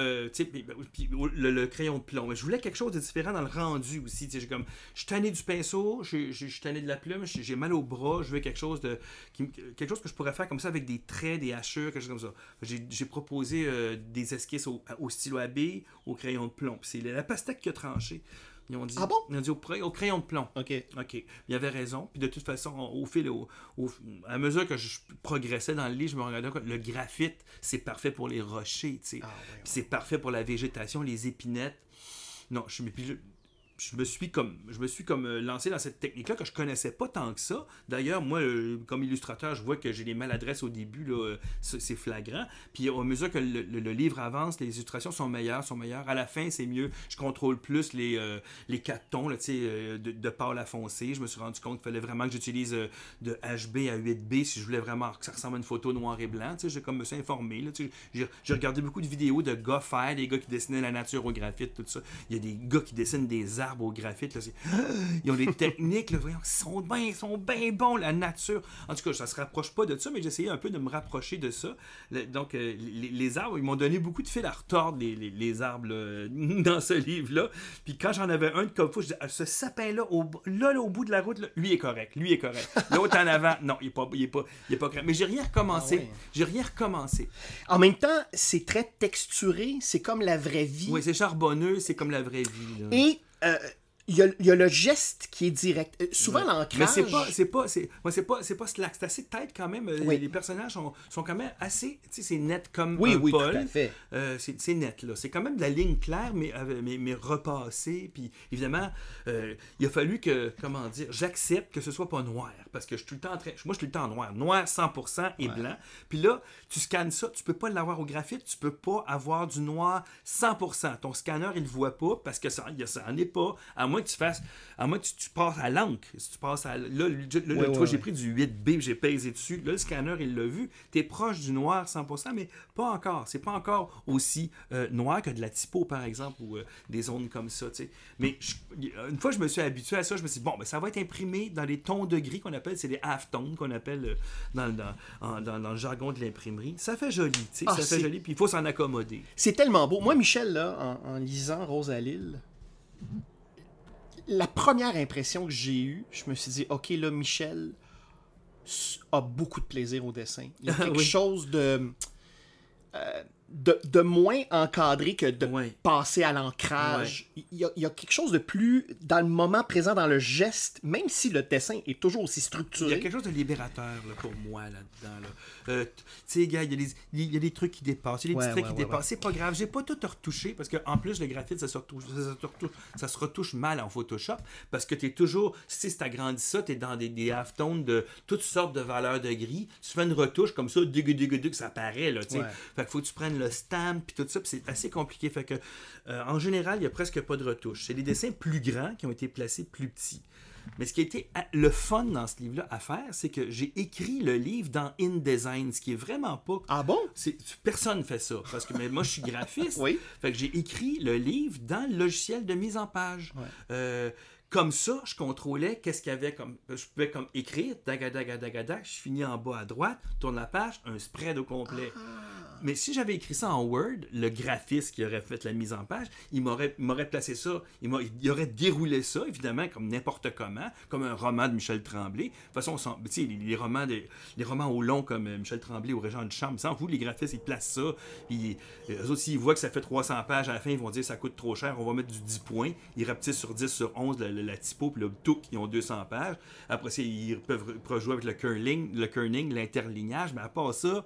le crayon de plomb. Mais je voulais quelque chose de différent dans le rendu aussi. Je suis tanné du pinceau, je suis tanné de la plume, j'ai mal au bras, je veux quelque chose que je pourrais faire comme ça avec des traits, des hachures, quelque chose comme ça. J'ai proposé des esquisses au stylo à billes, au crayon de plomb. Puis c'est la pastèque qui a tranché. Ils ont dit, ah bon? Ils ont dit au crayon de plomb. OK. Il avait raison. Puis de toute façon, à mesure que je progressais dans le livre, je me regardais que le graphite, c'est parfait pour les rochers. C'est parfait pour la végétation, les épinettes. Non, je me suis comme lancé dans cette technique-là que je connaissais pas tant que ça. D'ailleurs, moi, comme illustrateur, je vois que j'ai des maladresses au début, là, c'est flagrant. Puis à mesure que le livre avance, les illustrations sont meilleures. À la fin, c'est mieux. Je contrôle plus les 4 tons là, de pâle à foncé. Je me suis rendu compte qu'il fallait vraiment que j'utilise de HB à 8B si je voulais vraiment que ça ressemble à une photo noir et blanc. J'ai comme me suis informé. Là, j'ai regardé beaucoup de vidéos de gars faire, des gars qui dessinaient la nature au graphite, tout ça. Il y a des gars qui dessinent des arbres au graphite. Là, ils ont des techniques, là, voyons, ils sont bien bons, la nature. En tout cas, ça se rapproche pas de ça, mais j'essayais un peu de me rapprocher de ça. Donc, les arbres, ils m'ont donné beaucoup de fil à retordre, les arbres là, dans ce livre-là. Puis quand j'en avais un de comme je disais, ce sapin-là, au bout de la route, là, lui est correct. L'autre en avant, non, il est pas correct. Mais j'ai rien recommencé. En même temps, c'est très texturé, c'est comme la vraie vie. Oui, c'est charbonneux, c'est comme la vraie vie. Là. Et il y a le geste qui est direct. Souvent, l'ancrage... Mais c'est pas slack. C'est assez tête quand même. Les personnages sont quand même assez... Tu sais, c'est net comme Paul. Oui, tout à fait. C'est net, là. C'est quand même de la ligne claire, mais repassée. Puis, évidemment, il a fallu que, j'accepte que ce soit pas noir. Parce que je suis tout le temps moi, je suis tout le temps noir. Noir 100% et blanc. Puis là, tu scannes ça. Tu peux pas l'avoir au graphite. Tu peux pas avoir du noir 100%. Ton scanner, il le voit pas parce que ça en est pas. À moins que tu passes à l'encre. Si tu passes à... Là, j'ai pris du 8B, j'ai pesé dessus. Là, le scanner, il l'a vu. Tu es proche du noir 100%, mais pas encore. C'est pas encore aussi noir que de la typo, par exemple, ou des zones comme ça, tu sais. Mais une fois que je me suis habitué à ça, je me suis dit, ça va être imprimé dans les tons de gris qu'on appelle, c'est les half-tones qu'on appelle dans le jargon de l'imprimerie. Ça fait joli, tu sais. Ça fait joli, puis il faut s'en accommoder. C'est tellement beau. Moi, Michel, là, en lisant Rose à Lille, la première impression que j'ai eue, je me suis dit, OK, là, Michel a beaucoup de plaisir au dessin. Il y a quelque chose de moins encadré que de passer à l'ancrage. Il y a quelque chose de plus dans le moment présent, dans le geste, même si le dessin est toujours aussi structuré. Il y a quelque chose de libérateur là, pour moi là-dedans. Là. Tu sais, gars, il y a des trucs qui dépassent, il y a des petits traits qui dépassent. C'est pas grave, j'ai pas tout retouché parce qu'en plus, le graphisme, ça se retouche mal en Photoshop parce que t'es toujours, si tu agrandis ça, t'es dans des halftones de toutes sortes de valeurs de gris. Tu fais une retouche comme ça, ça apparaît, là, tu sais. Fait qu'il faut que tu prennes le stamp puis tout ça, puis c'est assez compliqué. Fait que, en général, il n'y a presque pas de retouche. C'est des dessins plus grands qui ont été placés plus petits. Mais ce qui a été le fun dans ce livre-là à faire, c'est que j'ai écrit le livre dans InDesign, ce qui est vraiment pas... Ah bon? Personne ne fait ça, parce que moi, je suis graphiste. Fait que j'ai écrit le livre dans le logiciel de mise en page. Comme ça, je contrôlais qu'est-ce qu'il y avait comme... Je pouvais comme écrire, je finis en bas à droite, tourne la page, un spread au complet. Mais si j'avais écrit ça en Word, le graphiste qui aurait fait la mise en page, il m'aurait placé ça, il aurait déroulé ça, évidemment, comme n'importe comment, comme un roman de Michel Tremblay. De toute façon, tu sais, les romans au long comme Michel Tremblay ou Régent Duchamp, sans vous, les graphistes, ils placent ça. Puis, eux aussi, ils voient que ça fait 300 pages à la fin, ils vont dire ça coûte trop cher, on va mettre du 10 points. Ils rapetissent sur 10 sur 11 la typo, puis là, tout, ils ont 200 pages. Après ça, ils peuvent jouer avec le kerning, l'interlignage, mais à part ça...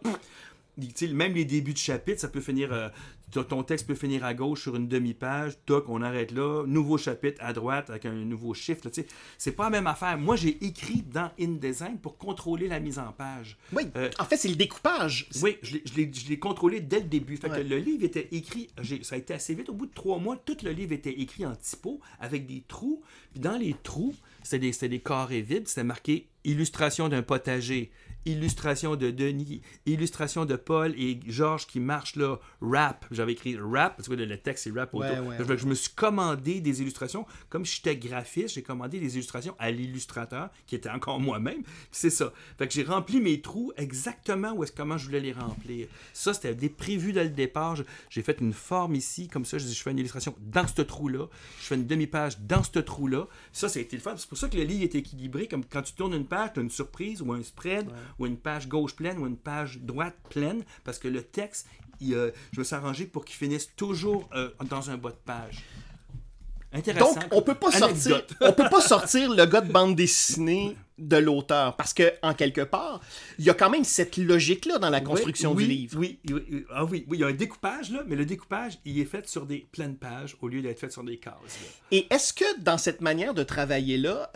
Même les débuts de chapitre, ça peut finir. Ton texte peut finir à gauche sur une demi-page, toc, on arrête là. Nouveau chapitre à droite avec un nouveau chiffre. Là, c'est pas la même affaire. Moi, j'ai écrit dans InDesign pour contrôler la mise en page. Oui, en fait, c'est le découpage. Oui, je l'ai contrôlé dès le début. Fait que le livre était écrit, ça a été assez vite. Au bout de 3 mois, tout le livre était écrit en typo avec des trous. Puis dans les trous, c'était des carrés vides. C'était marqué « Illustration d'un potager ». Illustration de Denis, illustration de Paul et Georges qui marchent là, rap. J'avais écrit rap, parce que le texte c'est rap autour. Je me suis commandé des illustrations. Comme j'étais graphiste, j'ai commandé des illustrations à l'illustrateur, qui était encore moi-même. Puis c'est ça. Fait que j'ai rempli mes trous exactement comment je voulais les remplir. Ça, c'était prévu dès le départ. J'ai fait une forme ici, comme ça, je fais une illustration dans ce trou-là. Je fais une demi-page dans ce trou-là. Ça a été le fun. C'est pour ça que le livre est équilibré. Comme quand tu tournes une page, tu as une surprise ou un spread. Ou une page gauche pleine ou une page droite pleine, parce que le texte, je me suis arrangé pour qu'il finisse toujours dans un bas de page. Intéressant. Donc, on peut pas sortir le gars de bande dessinée de l'auteur, parce que en quelque part, il y a quand même cette logique-là dans la construction du livre. Oui, il y a un découpage, là, mais le découpage, il est fait sur des pleines pages au lieu d'être fait sur des cases. Là. Et est-ce que dans cette manière de travailler-là,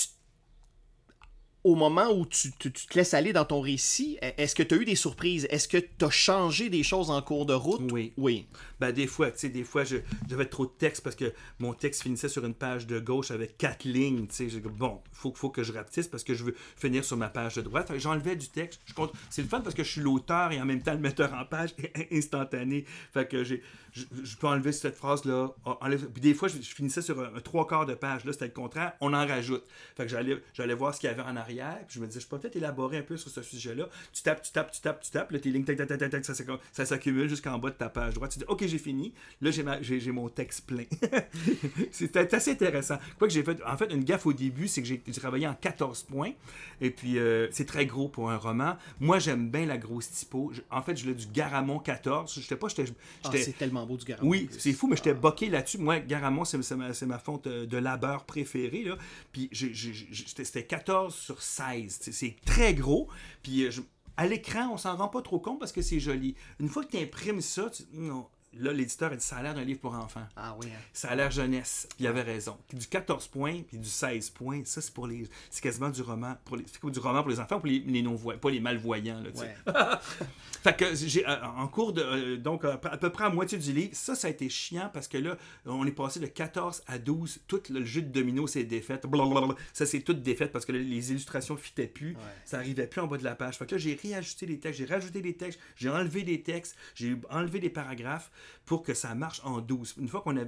au moment où tu te laisses aller dans ton récit, est-ce que tu as eu des surprises? Est-ce que tu as changé des choses en cours de route? Oui. Ben, des fois, j'avais trop de texte parce que mon texte finissait sur une page de gauche avec 4 lignes. Bon, faut que je rapetisse parce que je veux finir sur ma page de droite. Fait que j'enlevais du texte. C'est le fun parce que je suis l'auteur et en même temps le metteur en page instantané. Fait que je peux enlever cette phrase-là. Puis des fois, je finissais sur un 3/4 de page. Là, c'était le contraire. On en rajoute. Fait que j'allais voir ce qu'il y avait en arrière. Puis je me disais, je peux peut-être élaborer un peu sur ce sujet-là. Tu tapes. Là, tes lignes, ça s'accumule jusqu'en bas de ta page droite. Tu dis, OK, j'ai fini. Là, j'ai mon texte plein. C'était assez intéressant. Quoi que j'ai fait, en fait, une gaffe au début, c'est que j'ai travaillé en 14 points. Et puis, c'est très gros pour un roman. Moi, j'aime bien la grosse typo. En fait, je l'ai du Garamond 14. C'est tellement beau du Garamond. Oui, c'est fou, mais j'étais boqué là-dessus. Moi, Garamond, c'est ma fonte de labeur préférée. Là. Puis, c'était 14 sur 16. C'est très gros. Puis, à l'écran, on s'en rend pas trop compte parce que c'est joli. Une fois que tu imprimes ça, non. Là, l'éditeur a dit ça a l'air d'un livre pour enfants. Ah oui. Hein. Ça a l'air jeunesse. Puis il avait raison. Puis du 14 points, puis du 16 points, ça, c'est quasiment du roman pour les enfants, pour les non-voyants, pas les malvoyants. Là, fait que j'ai, en cours de. Donc, à peu près à moitié du livre, ça a été chiant parce que là, on est passé de 14 à 12. Tout le jeu de domino s'est défait. Blablabla. Ça, c'est tout défait parce que là, les illustrations ne fitaient plus. Ouais. Ça n'arrivait plus en bas de la page. Fait que là, j'ai réajusté les textes, j'ai rajouté des textes, j'ai enlevé des textes, j'ai enlevé des paragraphes pour que ça marche en 12. Une fois qu'on avait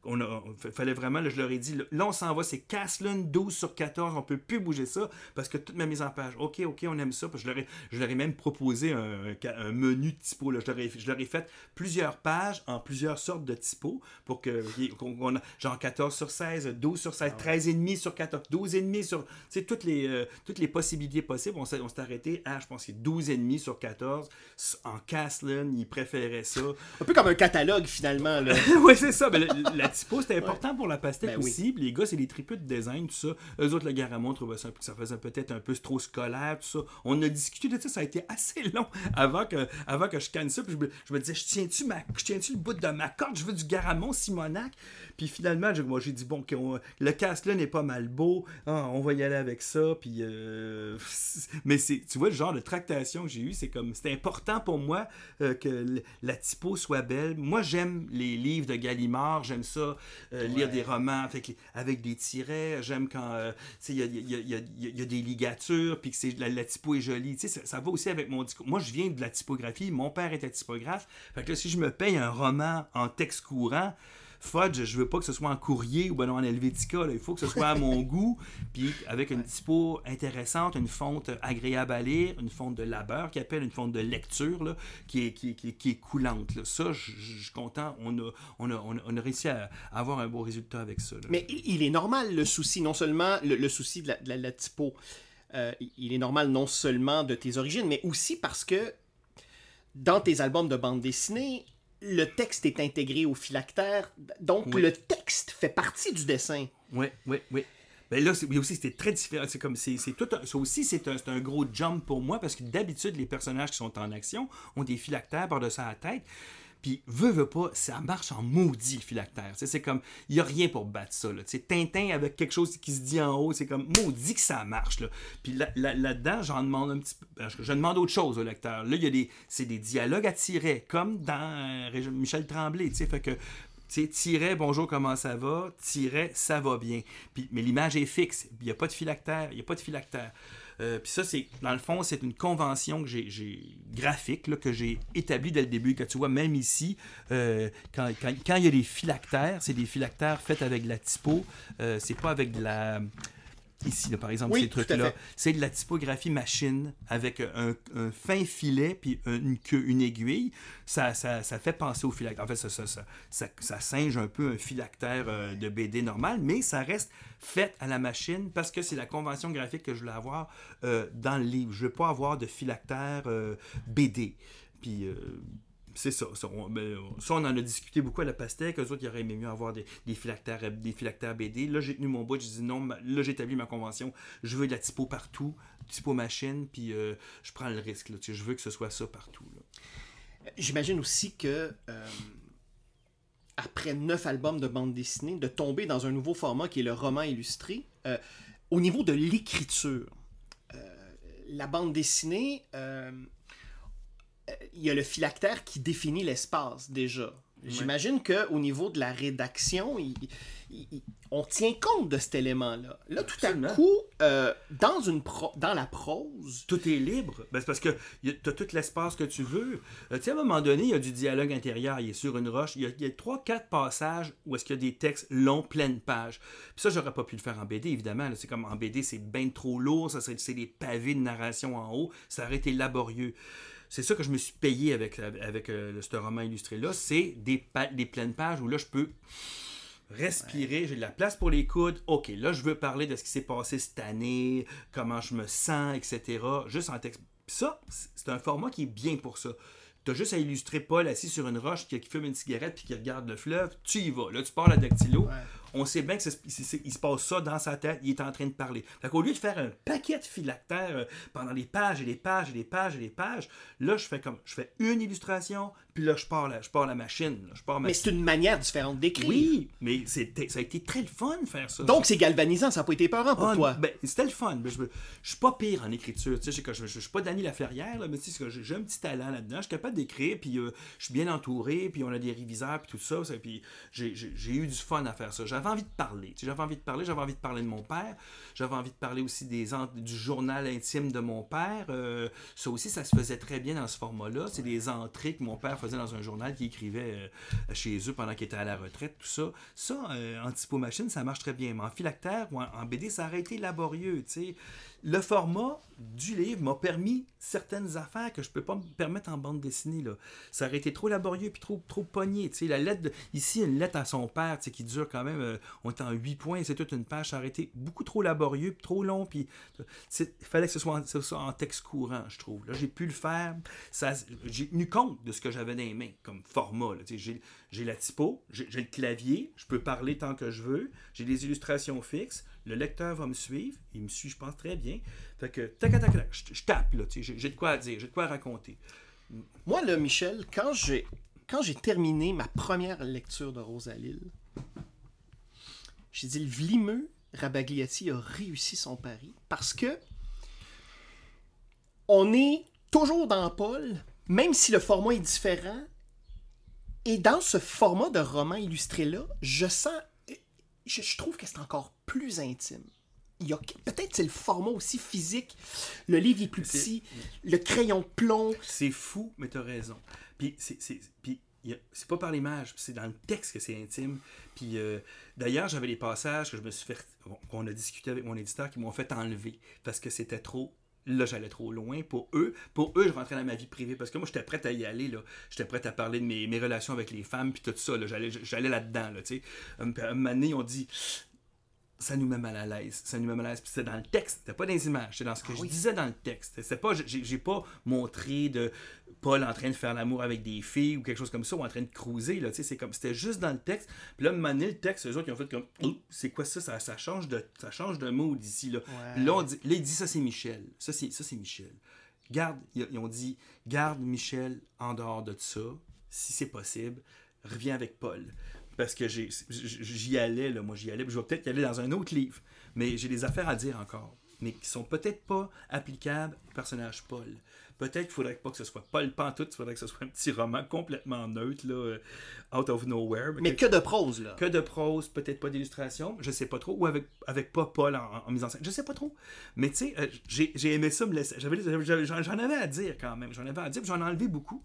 fallait vraiment, là, je leur ai dit, là on s'en va, c'est Caslin 12/14, on peut plus bouger ça parce que toute ma mise en page, ok, on aime ça. Parce que je leur ai même proposé un menu de typo. Là. Je leur ai fait plusieurs pages en plusieurs sortes de typos pour qu'on a genre 14/16, 12/16, 13,5/14, 12,5 sur. Tu sais, toutes les possibilités possibles. On s'est arrêté à, je pense, c'est 12,5/14 en Caslin. Ils préféraient ça. Un peu comme un catalogue finalement. Là. Oui, c'est ça. Ben, la typo, c'était important pour la pastèque aussi. Puis les gars, c'est des tripus de design, tout ça. Eux autres, le Garamond trouvaient ça, ça faisait peut-être un peu trop scolaire, tout ça. On a discuté de ça a été assez long avant que je scanne ça. Puis je me disais, je tiens-tu le bout de ma corde? Je veux du Garamond Simonac. Puis finalement, moi, j'ai dit, bon, le casse-là n'est pas mal beau. On va y aller avec ça. Puis, mais tu vois, le genre de tractation que j'ai eu, c'était important pour moi que la typo soit belle. Moi, j'aime les livres de Gallimard. J'aime ça, lire des romans avec des tirets. J'aime quand il y a des ligatures, puis que la typo est jolie. Ça va aussi avec mon discours. Moi, je viens de la typographie. Mon père était typographe. Fait que là, si je me paye un roman en texte courant, Fudge, je veux pas que ce soit en courrier ou en Helvetica. Là. Il faut que ce soit à mon goût, puis avec une typo intéressante, une fonte agréable à lire, une fonte de labeur qui appelle, une fonte de lecture là, qui est coulante. Là. Ça, je suis content. On a réussi à avoir un beau résultat avec ça. Là. Mais il est normal le souci, non seulement le souci de la typo, il est normal non seulement de tes origines, mais aussi parce que dans tes albums de bande dessinée, le texte est intégré au phylactère, donc le texte fait partie du dessin. Oui. Ben là, aussi, c'était très différent. C'est comme, ça aussi, c'est un gros jump pour moi, parce que d'habitude, les personnages qui sont en action ont des phylactères par-dessus la tête. Puis, veut pas, ça marche en maudit, le phylactère. C'est comme, il n'y a rien pour battre ça. Là. Tintin avec quelque chose qui se dit en haut, c'est comme, maudit que ça marche. Là. Puis là-dedans, j'en demande un petit peu. Je demande autre chose au lecteur. Là, c'est des dialogues à tirer, comme dans Michel Tremblay. Fait que, tiret, bonjour, comment ça va? Tiret, ça va bien. Puis, mais l'image est fixe. Il n'y a pas de phylactère. Puis ça, dans le fond, c'est une convention que j'ai graphique, là, que j'ai établie dès le début. Que tu vois, même ici, quand il y a des phylactères, c'est des phylactères faits avec de la typo. C'est pas avec de la... Ici, là, par exemple, ces trucs-là, c'est de la typographie machine avec un fin filet puis une aiguille. Ça fait penser au phylactère. En fait, ça singe un peu un phylactère de BD normal, mais ça reste fait à la machine parce que c'est la convention graphique que je voulais avoir dans le livre. Je ne veux pas avoir de phylactère BD. Puis... c'est ça. On en a discuté beaucoup à la pastèque. Eux autres, ils auraient aimé mieux avoir des phylactères BD. Là, j'ai tenu mon bout. J'ai dit non, là, j'ai établi ma convention. Je veux de la typo partout, typo machine, puis je prends le risque. Là, je veux que ce soit ça partout. Là. J'imagine aussi que après 9 albums de bande dessinée, de tomber dans un nouveau format qui est le roman illustré, au niveau de l'écriture, la bande dessinée... il y a le phylactère qui définit l'espace, déjà. J'imagine qu'au niveau de la rédaction, on tient compte de cet élément-là. Là, tout à coup, dans la prose... Tout est libre. Ben, c'est parce que tu as tout l'espace que tu veux. À un moment donné, il y a du dialogue intérieur. Il est sur une roche. Il y a 3-4 passages où est-ce qu'il y a des textes longs, pleine page. Puis ça, j'aurais pas pu le faire en BD, évidemment. Là, c'est comme en BD, c'est bien trop lourd. C'est des pavés de narration en haut. Ça aurait été laborieux. C'est ça que je me suis payé avec ce roman illustré-là. C'est des pleines pages où là, je peux respirer. J'ai de la place pour les coudes. OK, là, je veux parler de ce qui s'est passé cette année, comment je me sens, etc. Juste en texte. Puis ça, c'est un format qui est bien pour ça. Tu as juste à illustrer Paul assis sur une roche qui fume une cigarette puis qui regarde le fleuve. Tu y vas. Là, tu parles à dactylo. Ouais. On sait bien qu'il se passe ça dans sa tête. Il est en train de parler. Fait qu'au lieu de faire un paquet de phylactères pendant des pages et des pages et des pages et des pages, là, je fais une illustration, puis là, je pars la machine. Là, mais c'est une manière différente d'écrire. Oui, mais ça a été très le fun de faire ça. Donc, c'est galvanisant. Ça n'a pas été épeurant pour toi. Ben, c'était le fun. Ben, je suis pas pire en écriture. Je suis pas Dany Laferrière, là, mais j'ai un petit talent là-dedans. Je suis capable d'écrire, puis je suis bien entouré, puis on a des réviseurs, puis tout ça. Puis j'ai eu du fun à faire ça. j'avais envie de parler. J'avais envie de parler de mon père. J'avais envie de parler aussi du journal intime de mon père. Ça aussi, ça se faisait très bien dans ce format-là. C'est des entrées que mon père faisait dans un journal qu'il écrivait chez eux pendant qu'il était à la retraite, tout ça. Ça, en typo machine, ça marche très bien. Mais en phylactère ou en BD, ça aurait été laborieux, tu sais. Le format du livre m'a permis certaines affaires que je ne peux pas me permettre en bande dessinée. Là. Ça aurait été trop laborieux et trop pogné. La lettre ici, une lettre à son père qui dure quand même, on est en 8 points, c'est toute une page. Ça aurait été beaucoup trop laborieux, trop long. Il fallait que ce soit en texte courant, je trouve. Là, j'ai pu le faire. J'ai tenu compte de ce que j'avais dans les mains comme format. Là. J'ai la typo, j'ai le clavier, je peux parler tant que je veux, j'ai des illustrations fixes. Le lecteur va me suivre. Il me suit, je pense, très bien. Fait que, je tape, là. J'ai de quoi dire, j'ai de quoi raconter. Moi, là, Michel, quand j'ai terminé ma première lecture de Rosalille, j'ai dit, le vlimeux Rabagliati a réussi son pari parce que on est toujours dans Paul, même si le format est différent. Et dans ce format de roman illustré-là, je trouve que c'est encore plus intime. Peut-être c'est le format aussi physique. Le livre est plus petit, le crayon de plomb. C'est fou, mais t'as raison. Puis c'est pas par l'image, c'est dans le texte que c'est intime. Puis d'ailleurs, j'avais des passages que je me suis fait, qu'on a discuté avec mon éditeur, qui m'ont fait enlever parce que c'était trop. Là, j'allais trop loin. Pour eux, je rentrais dans ma vie privée parce que moi, j'étais prêt à y aller. Là. J'étais prêt à parler de mes relations avec les femmes puis tout ça. Là. J'allais là-dedans. Là, un moment donné, on dit ça nous met mal à l'aise. Ça nous met mal à l'aise. Puis c'était dans le texte. C'était pas dans les images. C'était dans ce que je disais dans le texte. C'était pas, j'ai pas montré de Paul en train de faire l'amour avec des filles ou quelque chose comme ça ou en train de cruiser. Là, c'était juste dans le texte. Puis là, à un moment donné, le texte, eux autres, ils ont fait comme c'est quoi ça? Ça change de mood ici. Là. Ouais. Là, il dit ça, c'est Michel. Ça, c'est Michel. Ils ont dit garde Michel en dehors de ça, si c'est possible. Reviens avec Paul. Parce que j'y allais, là, moi j'y allais, puis je vais peut-être y aller dans un autre livre, mais j'ai des affaires à dire encore, mais qui sont peut-être pas applicables au personnage Paul. Peut-être qu'il faudrait pas que ce soit Paul pantoute, il faudrait que ce soit un petit roman complètement neutre, là, out of nowhere. Mais que de prose, là. Que de prose, peut-être pas d'illustration, je sais pas trop, ou avec pas Paul en mise en scène, je sais pas trop. Mais tu sais, j'ai aimé ça me laisser, j'en avais à dire quand même, j'en ai enlevé beaucoup.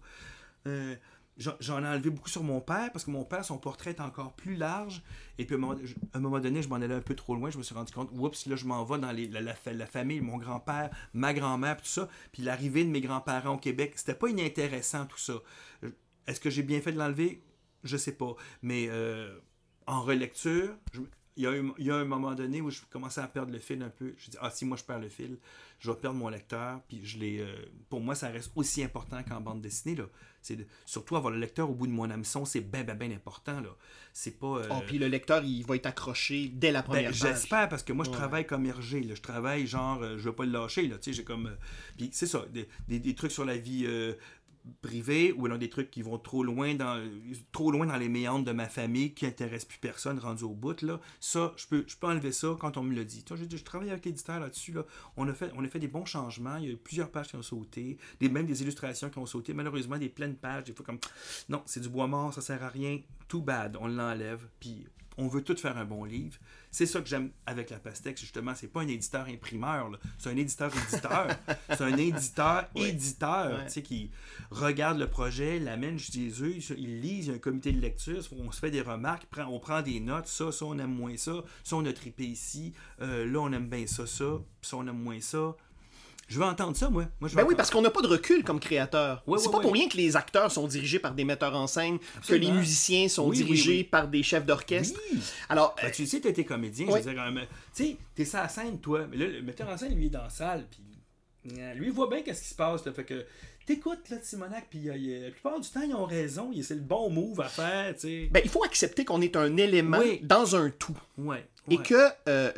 J'en ai enlevé beaucoup sur mon père, parce que mon père, son portrait est encore plus large. Et puis, à un moment donné, je m'en allais un peu trop loin. Je me suis rendu compte, oups, là, je m'en vais dans la famille, mon grand-père, ma grand-mère, tout ça. Puis l'arrivée de mes grands-parents au Québec, c'était pas inintéressant, tout ça. Est-ce que j'ai bien fait de l'enlever? Je sais pas. Mais en relecture, il y a un moment donné où je commençais à perdre le fil un peu. Je dis, si moi je perds le fil, je vais perdre mon lecteur. Puis pour moi, ça reste aussi important qu'en bande dessinée. Là. Surtout avoir le lecteur au bout de mon hameçon, c'est bien important. Là. C'est pas. Puis le lecteur, il va être accroché dès la première page. J'espère, parce que moi, je travaille comme Hergé. Là. Je travaille genre, je veux pas le lâcher. Là. J'ai comme. Puis c'est ça, des trucs sur la vie. Privés ou alors des trucs qui vont trop loin dans les méandres de ma famille qui n'intéressent plus personne rendu au bout là. Ça je peux enlever ça quand on me le dit. Je travaille avec l'éditeur là-dessus là. On a fait des bons changements, il y a eu plusieurs pages qui ont sauté, même des illustrations qui ont sauté, malheureusement des pleines pages des fois comme non, c'est du bois mort, ça sert à rien, too bad, on l'enlève puis on veut tout faire un bon livre. C'est ça que j'aime avec la Pastex, justement. C'est pas un éditeur imprimeur, là. C'est un éditeur-éditeur. C'est un éditeur-éditeur, tu sais, qui regarde le projet, l'amène chez eux, ils lisent, il y a un comité de lecture, on se fait des remarques, on prend des notes, ça on aime moins ça on a trippé ici, là on aime bien ça on aime moins ça. Je veux entendre ça, moi. Oui, parce qu'on n'a pas de recul comme créateur. C'est pas pour rien que les acteurs sont dirigés par des metteurs en scène, absolument. Que les musiciens sont dirigés par des chefs d'orchestre. Oui. Alors, tu sais, tu as été comédien, je veux dire, tu sais, t'es sur la scène, toi, mais là, le metteur en scène, lui, est dans la salle, puis lui, il voit bien qu'est-ce qui se passe, là, fait que t'écoutes, là, Simonac, puis la plupart du temps, ils ont raison, c'est le bon move à faire, tu sais. Il faut accepter qu'on est un élément dans un tout. Et que,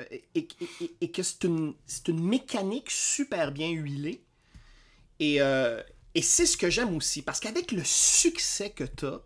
c'est une mécanique super bien huilée. Et c'est ce que j'aime aussi. Parce qu'avec le succès que t'aurais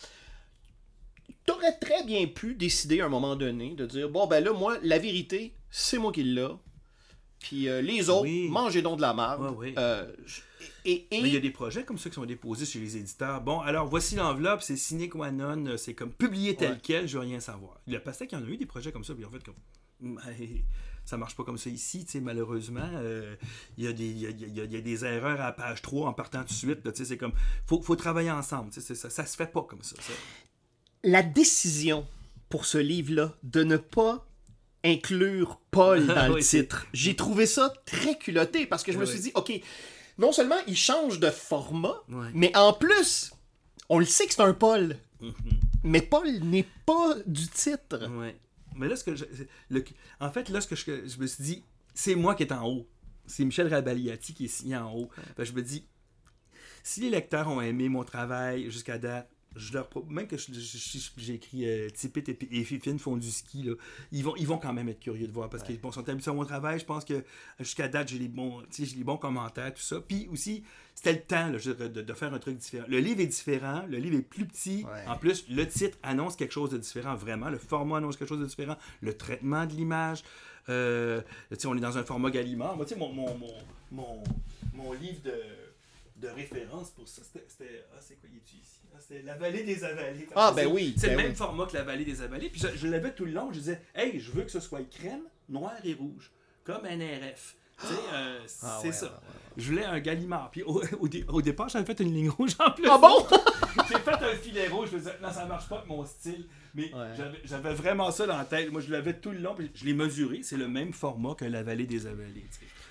très bien pu décider à un moment donné de dire, bon, ben là, moi, la vérité, c'est moi qui l'ai. puis les autres, mangez donc de la merde. Mais il y a des projets comme ça qui sont déposés chez les éditeurs. Bon, alors voici l'enveloppe, c'est sine qua non, c'est comme publié tel quel, je veux rien savoir. Le Pastèque, il y en a eu des projets comme ça, puis en fait, ça marche pas comme ça ici, tu sais, malheureusement. Il y a des erreurs à la page 3 en partant tout de suite. Tu sais, c'est comme, faut travailler ensemble. Tu sais, ça se fait pas comme ça. La décision pour ce livre-là de ne pas inclure Paul dans le titre, j'ai trouvé ça très culotté parce que je me suis dit, OK, non seulement il change de format, mais en plus, on le sait que c'est un Paul. Mais Paul n'est pas du titre. Ouais. Mais là, en fait, là, ce que je me suis dit, c'est moi qui est en haut. C'est Michel Rabaliati qui est signé en haut. Fait que je me dis, si les lecteurs ont aimé mon travail jusqu'à date, même que j'ai écrit Tipit et Fifine font du ski, là, ils vont quand même être curieux de voir parce qu'ils sont habitués à mon travail. Je pense que jusqu'à date, j'ai les bons commentaires, tout ça. Puis aussi, c'était le temps là, de faire un truc différent. Le livre est différent, le livre est plus petit. En plus, le titre annonce quelque chose de différent, vraiment. Le format annonce quelque chose de différent. Le traitement de l'image. On est dans un format Gallimard. Moi, mon livre de référence pour ça, c'était... c'est quoi, il est-tu ici? C'était La Vallée des Avalés. Oui. C'est le même format que La Vallée des Avalés. Puis je l'avais tout le long. Je disais, hey, je veux que ce soit crème, noir et rouge. Comme NRF. C'est ça. Je voulais un Gallimard. Puis au départ, j'avais fait une ligne rouge en plus. Ah bon? J'ai fait un filet rouge. Je me disais, non, ça marche pas avec mon style. Mais j'avais vraiment ça dans la tête. Moi, je l'avais tout le long. Puis je l'ai mesuré. C'est le même format que La Vallée des Avalés.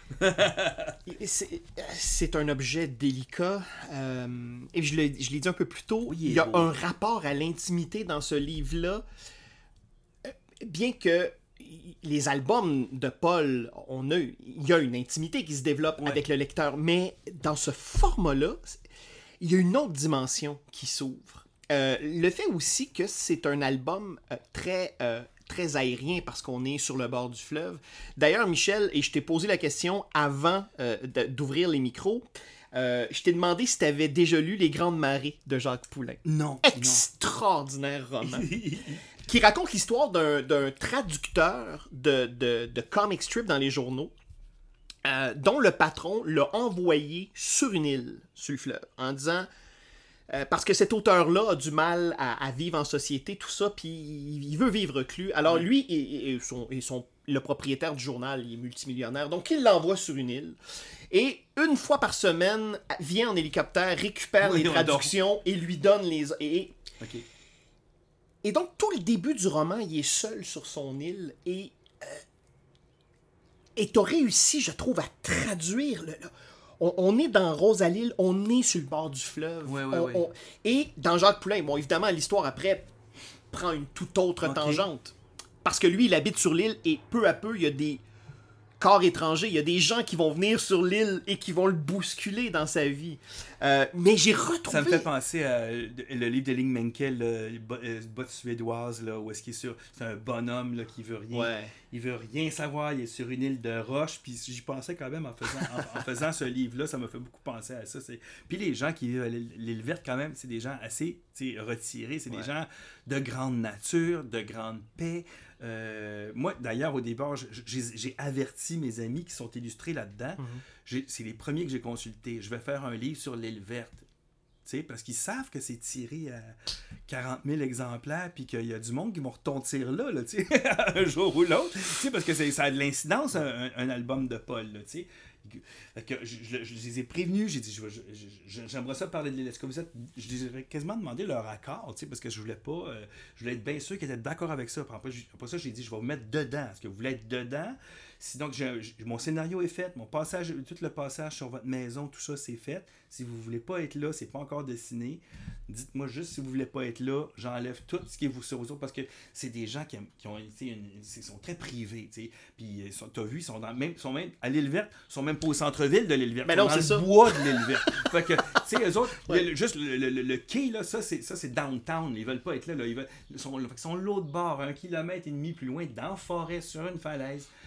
C'est un objet délicat et je l'ai dit un peu plus tôt, il y a un rapport à l'intimité dans ce livre-là, bien que les albums de Paul, il y a une intimité qui se développe avec le lecteur, mais dans ce format-là, il y a une autre dimension qui s'ouvre. Le fait aussi que c'est un album très aérien parce qu'on est sur le bord du fleuve. D'ailleurs, Michel, et je t'ai posé la question avant d'ouvrir les micros, je t'ai demandé si tu avais déjà lu Les Grandes Marées de Jacques Poulain. Non. Extraordinaire roman. Qui raconte l'histoire d'un traducteur de comic strip dans les journaux, dont le patron l'a envoyé sur une île, sur le fleuve, en disant... parce que cet auteur-là a du mal à vivre en société, tout ça, puis il veut vivre reclus. Alors lui le propriétaire du journal, il est multimillionnaire, donc il l'envoie sur une île. Et une fois par semaine, vient en hélicoptère, récupère les traductions et lui donne les... Et donc tout le début du roman, il est seul sur son île et t'as réussi, je trouve, à traduire on est dans Rosalille, on est sur le bord du fleuve. Et dans Jacques Poulain, bon, évidemment, l'histoire après prend une toute autre tangente. Parce que lui, il habite sur l'île et peu à peu, il y a des corps étrangers, il y a des gens qui vont venir sur l'île et qui vont le bousculer dans sa vie. Mais j'ai retrouvé... Ça me fait penser à le livre de Ling Menkel, Botte suédoise, là, où est-ce qu'il est sur... C'est un bonhomme là, qui veut rien... Il veut rien savoir, il est sur une île de roche, puis j'y pensais quand même en faisant ce livre-là, ça m'a fait beaucoup penser à ça. Puis les gens qui vivent à l'île verte, quand même, c'est des gens assez retirés, c'est des gens de grande nature, de grande paix. Moi, d'ailleurs, au départ, j'ai averti mes amis qui sont illustrés là-dedans. C'est les premiers que j'ai consultés. Je vais faire un livre sur l'île verte. Parce qu'ils savent que c'est tiré à 40 000 exemplaires, puis qu'il y a du monde qui vont retentir là un jour ou l'autre, parce que ça a de l'incidence, un album de Paul. Là, je les ai prévenus, j'ai dit j'aimerais ça parler de l'île. Est-ce que vous êtes... Je les ai quasiment demandé leur accord, parce que je voulais être bien sûr qu'ils étaient d'accord avec ça. Après ça, j'ai dit je vais vous mettre dedans. Est-ce que vous voulez être dedans? Donc, mon scénario est fait, tout le passage sur votre maison, tout ça, c'est fait. Si vous ne voulez pas être là, c'est pas encore dessiné. Dites-moi juste si vous ne voulez pas être là, j'enlève tout ce qui est vous sur vous autres, parce que c'est des gens qui ont été sont très privés, tu sais. Puis, tu as vu, ils sont même à l'île verte, ils sont même pas au centre-ville de l'île verte. Mais non, ils sont dans le bois de l'île verte. Fait que, tu sais, eux autres, juste le quai, là, ça, c'est downtown. Ils veulent pas être là. Ils sont l'autre bord, 1,5 kilomètre plus loin, dans la forêt, sur une falaise. Il n'y a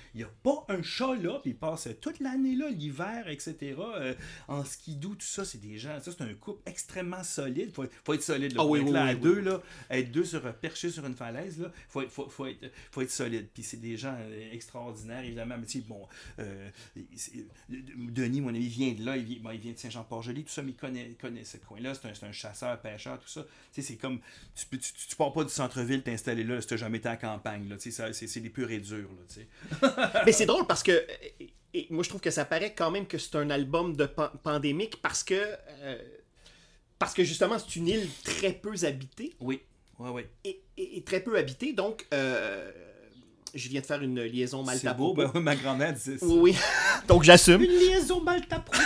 pas un chat là, puis ils passent toute l'année là, l'hiver, etc. En skidoo, tout ça, c'est des gens, ça c'est un couple extrêmement solide. Faut être solide, là. Être là à deux, là, être deux perchés sur une falaise, là, faut être solide. Puis c'est des gens extraordinaires, évidemment. Mais tu sais, bon, Denis, mon ami, vient de là, il vient de Saint-Jean-Port-Joli, tout ça, mais il connaît ce coin-là, c'est un chasseur, pêcheur, tout ça. Tu sais, c'est comme, tu pars pas du centre-ville, t'installer là, si t'as jamais été à la campagne, là, tu sais, c'est des purs et durs, là, tu sais. Mais c'est drôle parce que, et moi je trouve que ça paraît quand même que c'est un album de pandémique parce que justement c'est une île très peu habitée. Oui, oui. Et très peu habitée, donc je viens de faire une liaison mal C'est beau, ben oui, ma grand-mère disait ça. Oui, donc j'assume. Une liaison mal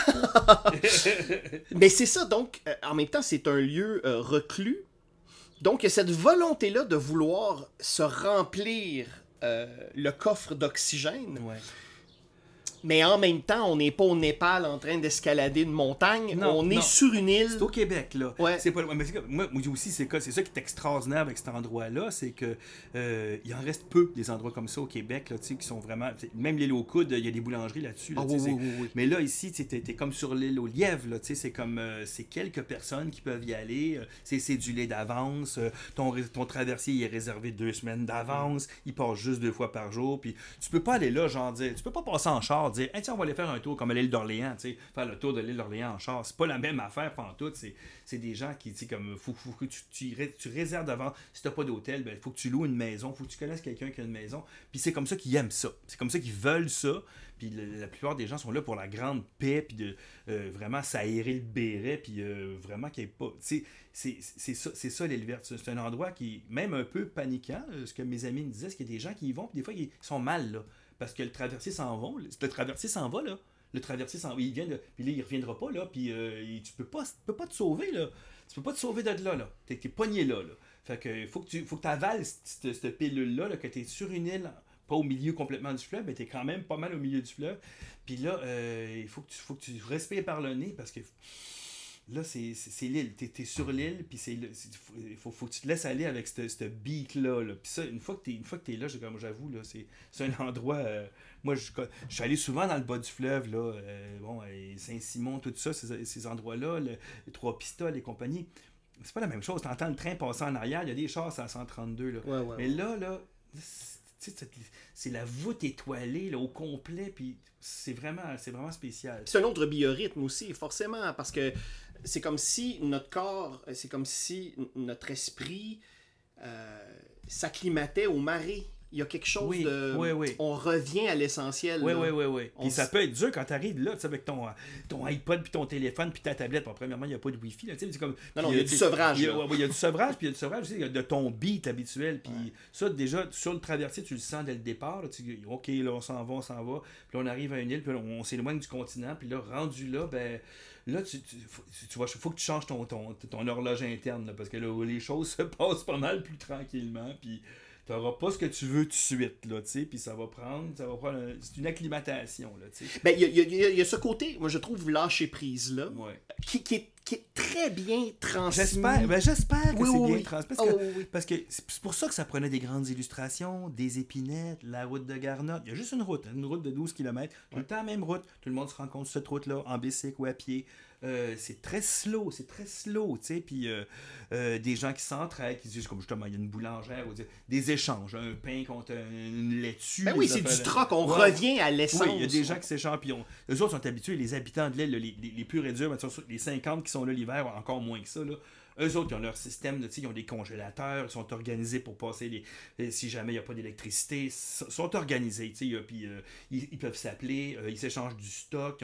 Mais c'est ça, donc en même temps c'est un lieu reclus. Donc il y a cette volonté-là de vouloir se remplir le coffre d'oxygène. Ouais. Mais en même temps, on n'est pas au Népal en train d'escalader une montagne. On est sur une île. C'est au Québec, là. Ouais. C'est pas... moi aussi, c'est ça qui est extraordinaire avec cet endroit-là, c'est que il en reste peu des endroits comme ça au Québec, là, qui sont vraiment... Même l'île aux Coudes, il y a des boulangeries là-dessus. Là, oui. Mais là, ici, t'es comme sur l'île aux Lièvres, là, c'est comme... c'est quelques personnes qui peuvent y aller. C'est cédulé d'avance. Ton traversier, il est réservé 2 semaines d'avance. Il passe juste 2 fois par jour. Puis tu peux pas aller là, genre dire... Tu peux pas passer en char, dire hey, tiens, on va aller faire un tour comme à l'île d'Orléans, faire le tour de l'île d'Orléans en char. C'est pas la même affaire pantoute. C'est des gens qui, comme, faut que tu réserves d'avant. Si t'as pas d'hôtel, ben, faut que tu loues une maison, faut que tu connaisses quelqu'un qui a une maison. Puis c'est comme ça qu'ils aiment ça. C'est comme ça qu'ils veulent ça. Puis la plupart des gens sont là pour la grande paix, puis de vraiment s'aérer le béret, puis vraiment qu'il n'y ait pas... C'est ça l'île verte. C'est un endroit qui est même un peu paniquant. Ce que mes amis me disaient, c'est qu'il y a des gens qui y vont, puis des fois, ils sont mal, là. Parce que le traversier s'en va. Le traversier s'en va, là. Le traversier s'en va. Il vient de... Puis là, il reviendra pas, là. Puis tu peux pas te sauver, là. Tu peux pas te sauver de là, là. T'es pogné là, là. Fait que faut que tu avales cette pilule-là, là, que t'es sur une île, pas au milieu complètement du fleuve, mais t'es quand même pas mal au milieu du fleuve. Puis là, il faut que tu respires par le nez, parce que... Là, c'est l'île. T'es sur l'île, puis il faut que tu te laisses aller avec ce beat-là. Là. Puis ça, une fois que t'es là, j'avoue, là, c'est un endroit... moi, je suis allé souvent dans le bas du fleuve, là, Saint-Simon, tout ça, ces endroits-là, les Trois-Pistoles et compagnie. C'est pas la même chose. T'entends le train passer en arrière, il y a des chars à 132. Là. Ouais, mais là, c'est la voûte étoilée là, au complet, puis c'est vraiment spécial. C'est un autre biorhythme aussi, forcément, parce que c'est comme si notre corps, c'est comme si notre esprit s'acclimatait aux marées. Il y a quelque chose de... Oui. On revient à l'essentiel. Oui. Puis ça peut être dur quand tu arrives là, avec ton iPod, puis ton téléphone, puis ta tablette. Bon, premièrement, il n'y a pas de Wi-Fi. Là, c'est comme, non, il y a du sevrage. Il y a du sevrage, puis il y a du sevrage aussi de ton beat habituel. Puis ça, déjà, sur le traversier, tu le sens dès le départ. Là, OK, là, on s'en va. Puis là, on arrive à une île, puis là, on s'éloigne du continent. Puis là, rendu là, ben... Là, faut que tu changes ton horloge interne, là, parce que là, les choses se passent pas mal plus tranquillement, puis t'auras pas ce que tu veux tout de suite, là, tu sais, puis ça va prendre c'est une acclimatation, là, tu sais. Ben, il y a ce côté, moi, je trouve, lâcher prise, là, qui est très bien transmis. J'espère que c'est bien transmis, parce que c'est pour ça que ça prenait des grandes illustrations, des épinettes, la route de Garnotte. Il y a juste une route de 12 km, tout le temps la même route, tout le monde se rencontre sur cette route-là, en bicycle ou à pied. C'est très slow, tu sais, puis des gens qui s'entraident, qui disent, comme justement, il y a une boulangère, des échanges, un pain contre une laitue. Ben oui, c'est du troc, on revient à l'essence. Oui, il y a des gens qui s'échangent, puis eux autres sont habitués, les habitants de l'île, les purs et durs, les 50 qui sont là l'hiver, encore moins que ça, là. Eux autres, ils ont leur système, ils ont des congélateurs, ils sont organisés pour passer si jamais il n'y a pas d'électricité, ils sont organisés, puis ils peuvent s'appeler, ils s'échangent du stock,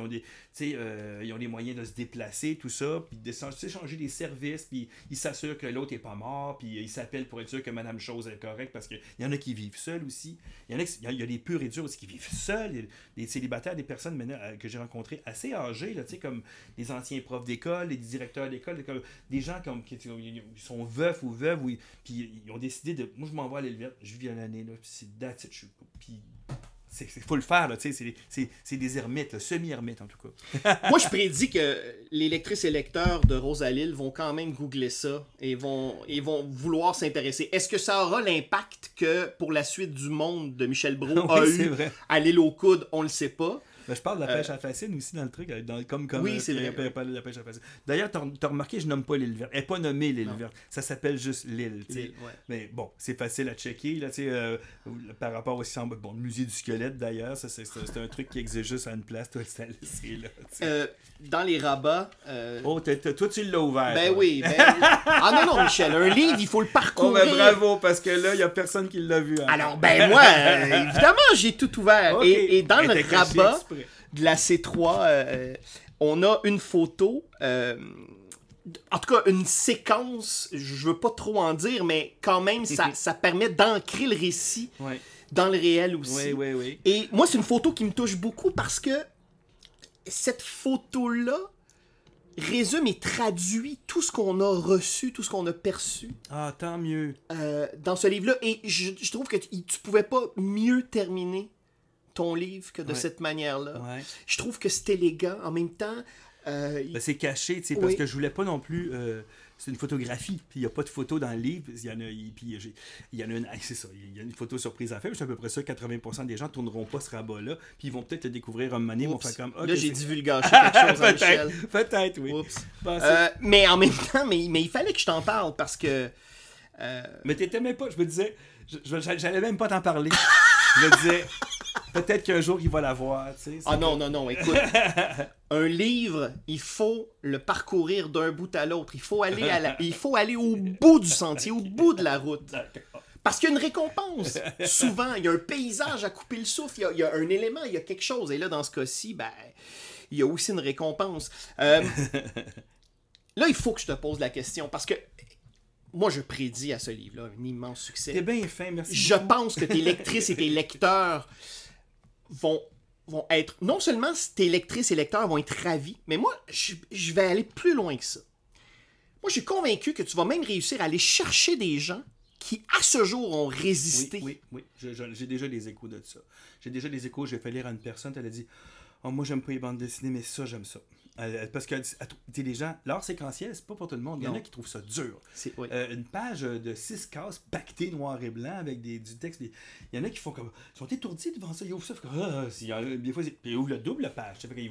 ils ont les moyens de se déplacer, tout ça, puis de s'échanger des services, puis ils s'assurent que l'autre n'est pas mort, puis ils s'appellent pour être sûr que Madame Chose est correcte, parce qu'il y en a qui vivent seuls aussi. Il y a des purs et durs aussi qui vivent seuls, des célibataires, des personnes maintenant, que j'ai rencontrées assez âgées, là, comme des anciens profs d'école, des directeurs d'école, des gens qui sont veufs ou veuves, puis ils ont décidé de... Moi, je m'en vais à l'île verte, je vis une année, là, puis c'est that's it, puis faut le faire, là, c'est des ermites, semi-ermites en tout cas. Moi, je prédis que les lectrices et lecteurs de Rosalille vont quand même googler ça et vont vouloir s'intéresser. Est-ce que ça aura l'impact que pour la suite du monde de Michel Brault a eu à l'île aux coudes? On le sait pas. Ben, je parle de la pêche à fascine aussi dans le truc, comme oui, c'est vrai. La pêche à fascine. D'ailleurs, t'as remarqué, je nomme pas l'île verte. Elle n'est pas nommée l'île verte. Ça s'appelle juste l'île. Ouais. Mais bon, c'est facile à checker là, par rapport aussi au le musée du squelette d'ailleurs. Ça, c'est un truc qui existe juste à une place. Toi, c'est là. Dans les rabats. Oh, toi, tu l'as ouvert. Ben oui. Ah non, Michel, un livre, il faut le parcourir. Oh, ben bravo, parce que là, il n'y a personne qui l'a vu. Hein. Alors, ben moi, évidemment, j'ai tout ouvert. Okay. Et dans le rabat de la C3, on a une photo, en tout cas une séquence, je veux pas trop en dire, mais quand même ça permet d'ancrer le récit dans le réel aussi. Oui. Et moi, c'est une photo qui me touche beaucoup parce que cette photo-là résume et traduit tout ce qu'on a reçu, tout ce qu'on a perçu. Ah, tant mieux. Dans ce livre-là. Et je trouve que tu pouvais pas mieux terminer ton livre que de cette manière-là. Ouais. Je trouve que c'est élégant. En même temps... c'est caché, tu sais, parce que je voulais pas non plus... c'est une photographie, puis il n'y a pas de photo dans le livre. Il y en a, c'est ça, il y a une photo surprise à faire. C'est à peu près ça, 80% des gens ne tourneront pas ce rabat-là, puis ils vont peut-être le découvrir un moment donné, ils vont faire comme... Okay, là, j'ai divulgaché quelque chose à Michel. Peut-être, oui. Bon, mais en même temps, mais il fallait que je t'en parle, parce que... Mais t'étais même pas, je me disais... J'allais même pas t'en parler. Je me disais... Peut-être qu'un jour, il va la voir. Tu sais, non, écoute. Un livre, il faut le parcourir d'un bout à l'autre. Il faut aller au bout du sentier, au bout de la route. Parce qu'il y a une récompense. Souvent, il y a un paysage à couper le souffle. Il y a un élément, il y a quelque chose. Et là, dans ce cas-ci, il y a aussi une récompense. Là, il faut que je te pose la question. Parce que moi, je prédis à ce livre-là un immense succès. T'es bien fin, merci. Je pense que tes lectrices et tes lecteurs vont être... Non seulement tes lectrices et lecteurs vont être ravis, mais moi, je vais aller plus loin que ça. Moi, je suis convaincu que tu vas même réussir à aller chercher des gens qui, à ce jour, ont résisté. Oui. J'ai déjà des échos de ça. J'ai fait lire à une personne, elle a dit « Oh, moi, j'aime pas les bandes dessinées, mais ça, j'aime ça. » Parce que les gens, l'art séquentiel, c'est pas pour tout le monde. Il y en a qui trouvent ça dur. Une page de 6 cases pactées noir et blanc avec du texte. Il y en a qui font comme. Ils sont étourdis devant ça. Ils ouvrent ça. Des fois, ils ouvrent la double page. Ils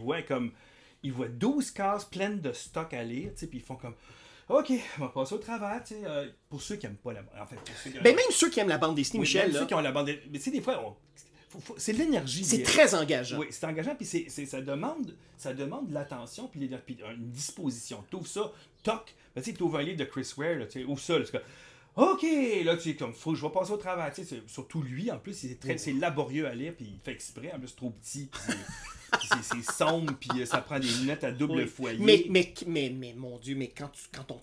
voient 12 cases pleines de stock à lire. Puis ils font comme. OK, on va passer au travers. Pour ceux qui n'aiment pas la bande. En fait, même ceux qui aiment la bande dessinée, Michel. Même ceux qui ont la bande dessinée. Mais tu sais, des fois. C'est de l'énergie. C'est très engageant. Oui, c'est engageant, puis ça demande de l'attention, puis une disposition. Tu ouvres ça, toc, tu ouvres un livre de Chris Ware, tu ouvres ça, OK, là, tu es comme, faut que je vais passer au travail. Surtout lui, en plus, c'est laborieux à lire, puis il fait exprès, en plus, trop petit, puis c'est sombre, puis ça prend des lunettes à double foyer. Mais mon Dieu, mais quand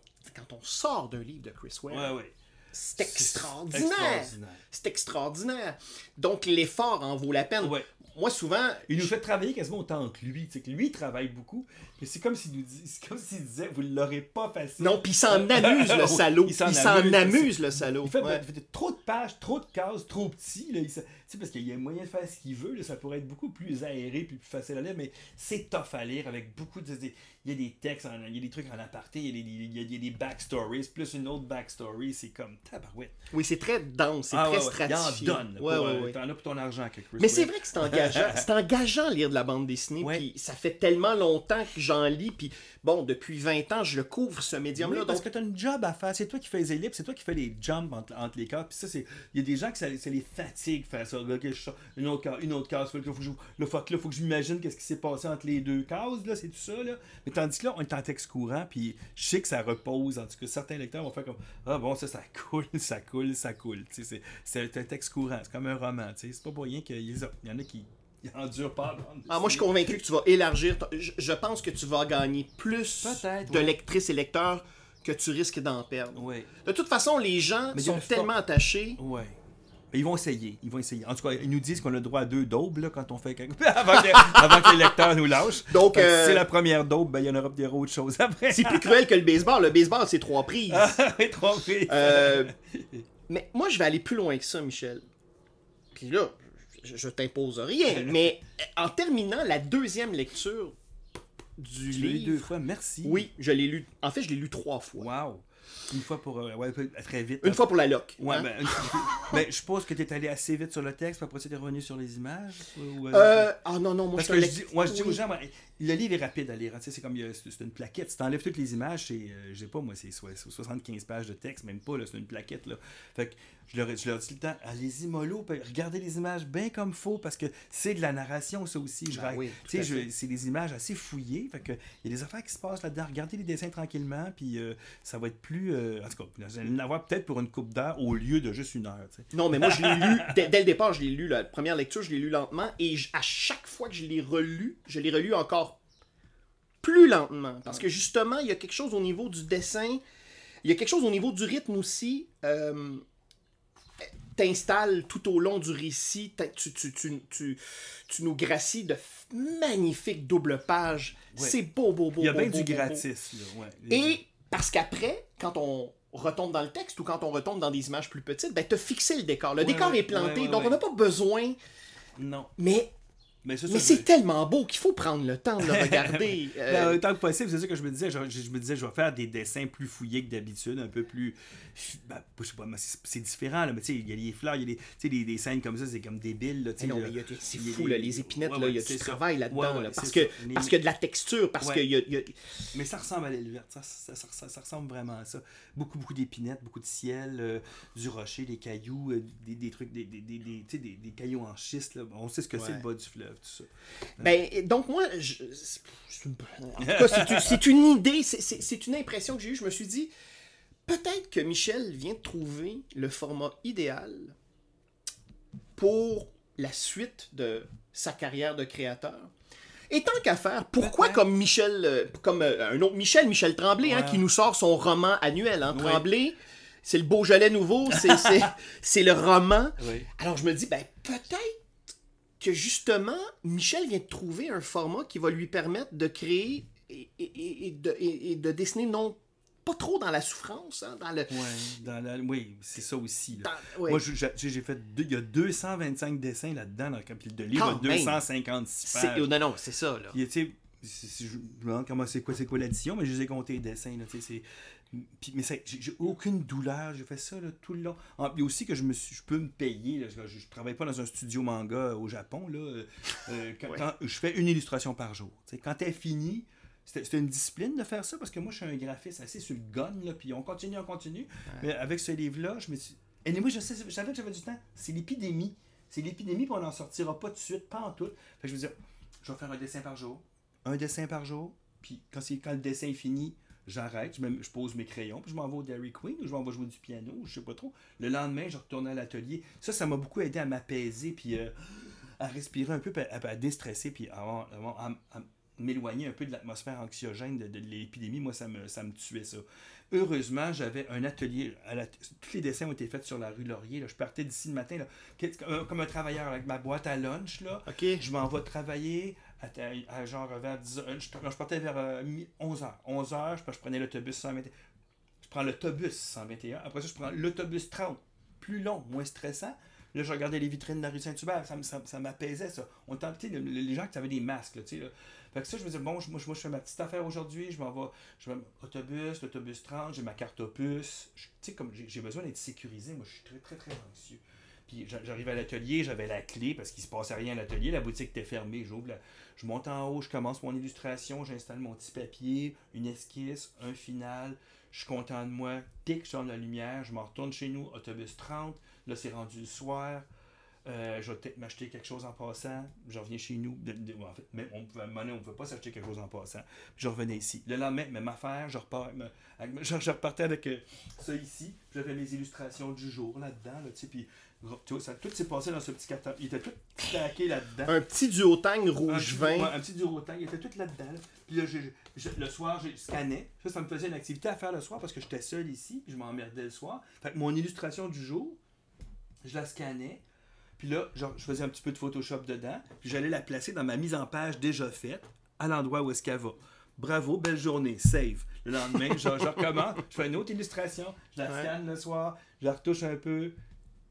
on sort d'un livre de Chris Ware... C'est extraordinaire. C'est extraordinaire. Donc, l'effort en vaut la peine. Ouais. Moi, souvent... Il nous fait travailler quasiment autant que lui. Tu sais, que lui, il travaille beaucoup. Mais c'est comme s'il disait, vous ne l'aurez pas facile. Non, puis il s'en amuse, le salaud. Il s'en amuse, le salaud. Il fait trop de pages, trop de cases, trop petits. Là, parce qu'il y a moyen de faire ce qu'il veut. Là, ça pourrait être beaucoup plus aéré puis plus facile à lire. Mais c'est tough à lire avec beaucoup de... Il y a des textes, il y a des trucs en aparté, il y a des backstories, plus une autre backstory. C'est comme tabarouette. Oui, c'est très dense, c'est très stratifié. Il en donne. T'en as pour ton argent, quelque chose. Mais c'est vrai que c'est engageant. C'est engageant lire de la bande dessinée. Puis ça fait tellement longtemps que j'en lis. Puis bon, depuis 20 ans, je couvre ce médium-là. Parce que t'as une job à faire. C'est toi qui fais les ellipses, c'est toi qui fais les jumps entre les cases. Puis ça, il y a des gens que ça les fatigue faire ça. Là, je sors une autre case. Là, faut que je m'imagine qu'est-ce qui s'est passé entre les deux cases. Là, c'est tout ça. Là. Mais tandis que là, on est en texte courant. Puis je sais que ça repose. En tout cas, certains lecteurs vont faire comme ah bon, ça coule. C'est un texte courant. C'est comme un roman. C'est pas pour rien qu'il y en a qui. Il endure pas. Moi, je suis convaincu que tu vas élargir. Je pense que tu vas gagner plus de lectrices et lecteurs que tu risques d'en perdre. Ouais. De toute façon, les gens sont tellement attachés. Ouais. Ils vont essayer. En tout cas, ils nous disent qu'on a le droit à 2 daubes là, quand on fait avant que les lecteurs nous lâchent. Donc, si c'est la première daube, il y en aura peut-être autre chose après. C'est plus cruel que le baseball. Le baseball, c'est 3 prises. Oui, 3 prises. Mais moi, je vais aller plus loin que ça, Michel. Puis là, je t'impose rien, mais en terminant la deuxième lecture du livre... Tu l'as lu 2 fois, merci. Oui, je l'ai lu. En fait, je l'ai lu 3 fois. Wow! Une fois pour... ouais, très vite. Une fois pour la loc. Ouais, hein? Je suppose que tu es allé assez vite sur le texte, puis après tu es revenu sur les images. Non, moi parce que je dis aux gens, le livre est rapide à lire. Hein, c'est comme c'est une plaquette. Si tu enlèves toutes les images, c'est, je sais pas, moi, c'est 75 pages de texte, même pas, là, c'est une plaquette. Là. Fait que je leur dis le temps, allez-y mollo, regardez les images bien comme faut, parce que c'est de la narration, ça aussi. C'est des images assez fouillées. Fait que il y a des affaires qui se passent là-dedans. Regardez les dessins tranquillement, puis ça va être plus... en tout cas, vous allez en avoir peut-être pour une couple d'heures au lieu de juste 1 heure. T'sais. Non, mais moi, je l'ai lu, dès le départ, je l'ai lu, la première lecture, je l'ai lu lentement, et à chaque fois que je l'ai relu encore plus lentement. Parce que justement, il y a quelque chose au niveau du dessin, il y a quelque chose au niveau du rythme aussi. T'installes tout au long du récit, tu nous gracies de magnifiques doubles pages. Ouais. C'est beau. Il y a bien du gratis. Là. Ouais. Et parce qu'après, quand on retombe dans le texte ou quand on retombe dans des images plus petites, ben t'as fixé le décor. Le décor est planté, donc on n'a pas besoin. Non. Mais c'est tellement beau qu'il faut prendre le temps de le regarder. Tant que possible, c'est ça que je me disais. Je me disais, je vais faire des dessins plus fouillés que d'habitude, un peu plus... je sais pas, mais c'est différent. Là, mais tu sais, il y a les fleurs, il y a des scènes comme ça, c'est comme débile. Là, non, mais c'est fou, là, les épinettes, il y a du travail là-dedans. Là, parce qu'il y a de la texture, parce qu'il y a... Mais ça ressemble à l'aile verte. Ça ressemble vraiment à ça. Beaucoup d'épinettes, beaucoup de ciel, du rocher, des cailloux, des trucs, des cailloux en schiste. Là. On sait ce que c'est le bas du fleuve. Tout ça. Ben, donc moi, en tout cas, c'est une idée, c'est une impression que j'ai eue. Je me suis dit, peut-être que Michel vient de trouver le format idéal pour la suite de sa carrière de créateur. Et tant qu'à faire, pourquoi comme Michel, comme un autre Michel Tremblay, qui nous sort son roman annuel, Tremblay, c'est le Beaujolais nouveau, c'est le roman. Oui. Alors je me dis, ben peut-être que justement, Michel vient de trouver un format qui va lui permettre de créer et de dessiner non pas trop dans la souffrance. Oui, c'est ça aussi. Moi, j'ai fait... Il y a 225 dessins là-dedans, puis le livre a 256 pages. Non, c'est ça. Là. Je me demande comment c'est quoi l'addition, mais je les ai comptés les dessins. Là, mais j'ai aucune douleur, j'ai fait ça là, tout le long. Puis aussi que je peux me payer, là, je travaille pas dans un studio manga au Japon, là, quand je fais une illustration par jour. Quand elle est finie, c'était une discipline de faire ça, parce que moi je suis un graphiste assez sur le gun, là, puis on continue. Ouais. Mais avec ce livre-là, je me suis... Et moi je savais que j'avais du temps, c'est l'épidémie, puis on n'en sortira pas tout de suite, pas en tout. Fait que je me dis, je vais faire un dessin par jour, puis quand le dessin est fini, j'arrête, je pose mes crayons, puis je m'en vais au Dairy Queen, ou je m'en vais jouer du piano, je sais pas trop. Le lendemain, je retourne à l'atelier. Ça m'a beaucoup aidé à m'apaiser, puis à respirer un peu, puis à déstresser, puis à m'éloigner un peu de l'atmosphère anxiogène de l'épidémie. Moi, ça me tuait, ça. Heureusement, j'avais un atelier. Tous les dessins ont été faits sur la rue Laurier. Là. Je partais d'ici le matin, là, comme un travailleur avec ma boîte à lunch. Là. Okay. Je m'en vais travailler à genre vers 10 h. Je partais vers 11h. 11h, je prenais l'autobus 121. Je prends l'autobus 121. Après ça, je prends l'autobus 30. Plus long, moins stressant. Là, je regardais les vitrines de la rue Saint-Hubert. Ça m'apaisait, ça. On tentait, les gens qui avaient des masques, là, tu sais, là. Fait que ça, je me disais, bon, moi, je fais ma petite affaire aujourd'hui, je vais l'autobus 30, j'ai ma carte opus. Tu sais, comme j'ai besoin d'être sécurisé, moi, je suis très, très, très anxieux. Puis j'arrive à l'atelier, j'avais la clé parce qu'il se passait rien à l'atelier, la boutique était fermée, je monte en haut, je commence mon illustration, j'installe mon petit papier, une esquisse, un final, je suis content de moi, tic, je sors de la lumière, je m'en retourne chez nous, autobus 30, là c'est rendu le soir. Je vais peut-être m'acheter quelque chose en passant. Je reviens chez nous. En fait, mais on ne pouvait pas s'acheter quelque chose en passant. Puis je revenais ici. Le lendemain, même affaire, je repartais avec ça ici. J'avais mes illustrations du jour là-dedans. Là, puis tu vois, tout s'est passé dans ce petit carton. Il était tout stacké là-dedans. Un petit duotang rouge vin. Un petit duotang. Il était tout là-dedans. Là. Puis là, le soir, je scannais. Ça me faisait une activité à faire le soir parce que j'étais seul ici. Puis je m'emmerdais le soir. Fait que mon illustration du jour, je la scannais. Puis là, je faisais un petit peu de Photoshop dedans, puis j'allais la placer dans ma mise en page déjà faite, à l'endroit où est-ce qu'elle va. Bravo, belle journée, save. Le lendemain, je recommence, je fais une autre illustration, je la scanne le soir, je la retouche un peu,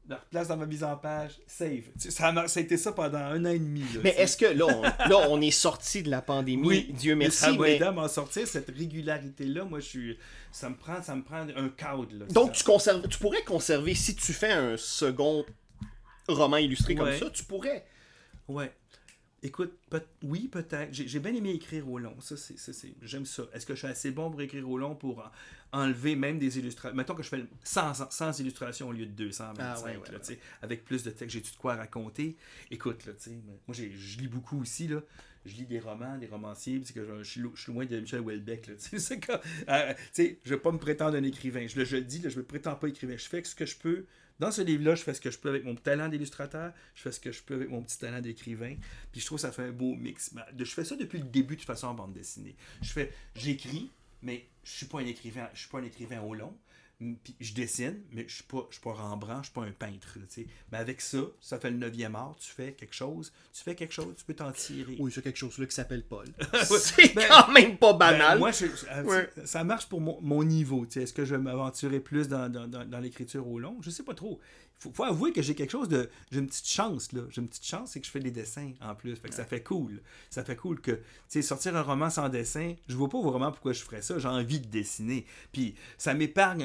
le replace dans ma mise en page, save. Ça a été ça pendant 1 an et demi. Là, mais est-ce que là, on est sorti de la pandémie, oui, Dieu merci. Ça m'a aidé à m'en sortir, cette régularité-là. Moi, ça me prend un cadre. Là, donc, tu pourrais conserver, si tu fais un second roman illustré comme ça, tu pourrais. Ouais. Écoute, oui, peut-être. J'ai bien aimé écrire au long. Ça, j'aime ça. Est-ce que je suis assez bon pour écrire au long pour enlever même des illustrations? Mettons que je fais 100 illustrations au lieu de 225, là, avec plus de texte. J'ai-tu de quoi raconter? Écoute, là, moi, je lis beaucoup aussi, là. Je lis des romans, des romanciers, parce que je suis loin de Michel Houellebecq. Là, c'est comme, je ne vais pas me prétendre un écrivain. Je le dis, là, je ne me prétends pas écrivain. Je fais ce que je peux. Dans ce livre-là, je fais ce que je peux avec mon talent d'illustrateur, je fais ce que je peux avec mon petit talent d'écrivain, puis je trouve que ça fait un beau mix. Je fais ça depuis le début, de toute façon, en bande dessinée. J'écris, mais je suis pas un écrivain au long. Puis je dessine, mais je suis pas Rembrandt, je suis pas un peintre. T'sais. Mais avec ça fait le 9e art, tu fais quelque chose, tu peux t'en tirer. Oui, c'est quelque chose-là qui s'appelle Paul. C'est quand même pas banal. Moi, ça marche pour mon niveau. T'sais. Est-ce que je vais m'aventurer plus dans l'écriture au long? Je sais pas trop. Faut avouer que j'ai quelque chose de... J'ai une petite chance, là. J'ai une petite chance, c'est que je fais des dessins en plus. Fait que ça fait cool. Ça fait cool que, tu sais, sortir un roman sans dessin, je vois pas vraiment pourquoi je ferais ça. J'ai envie de dessiner. Puis ça m'épargne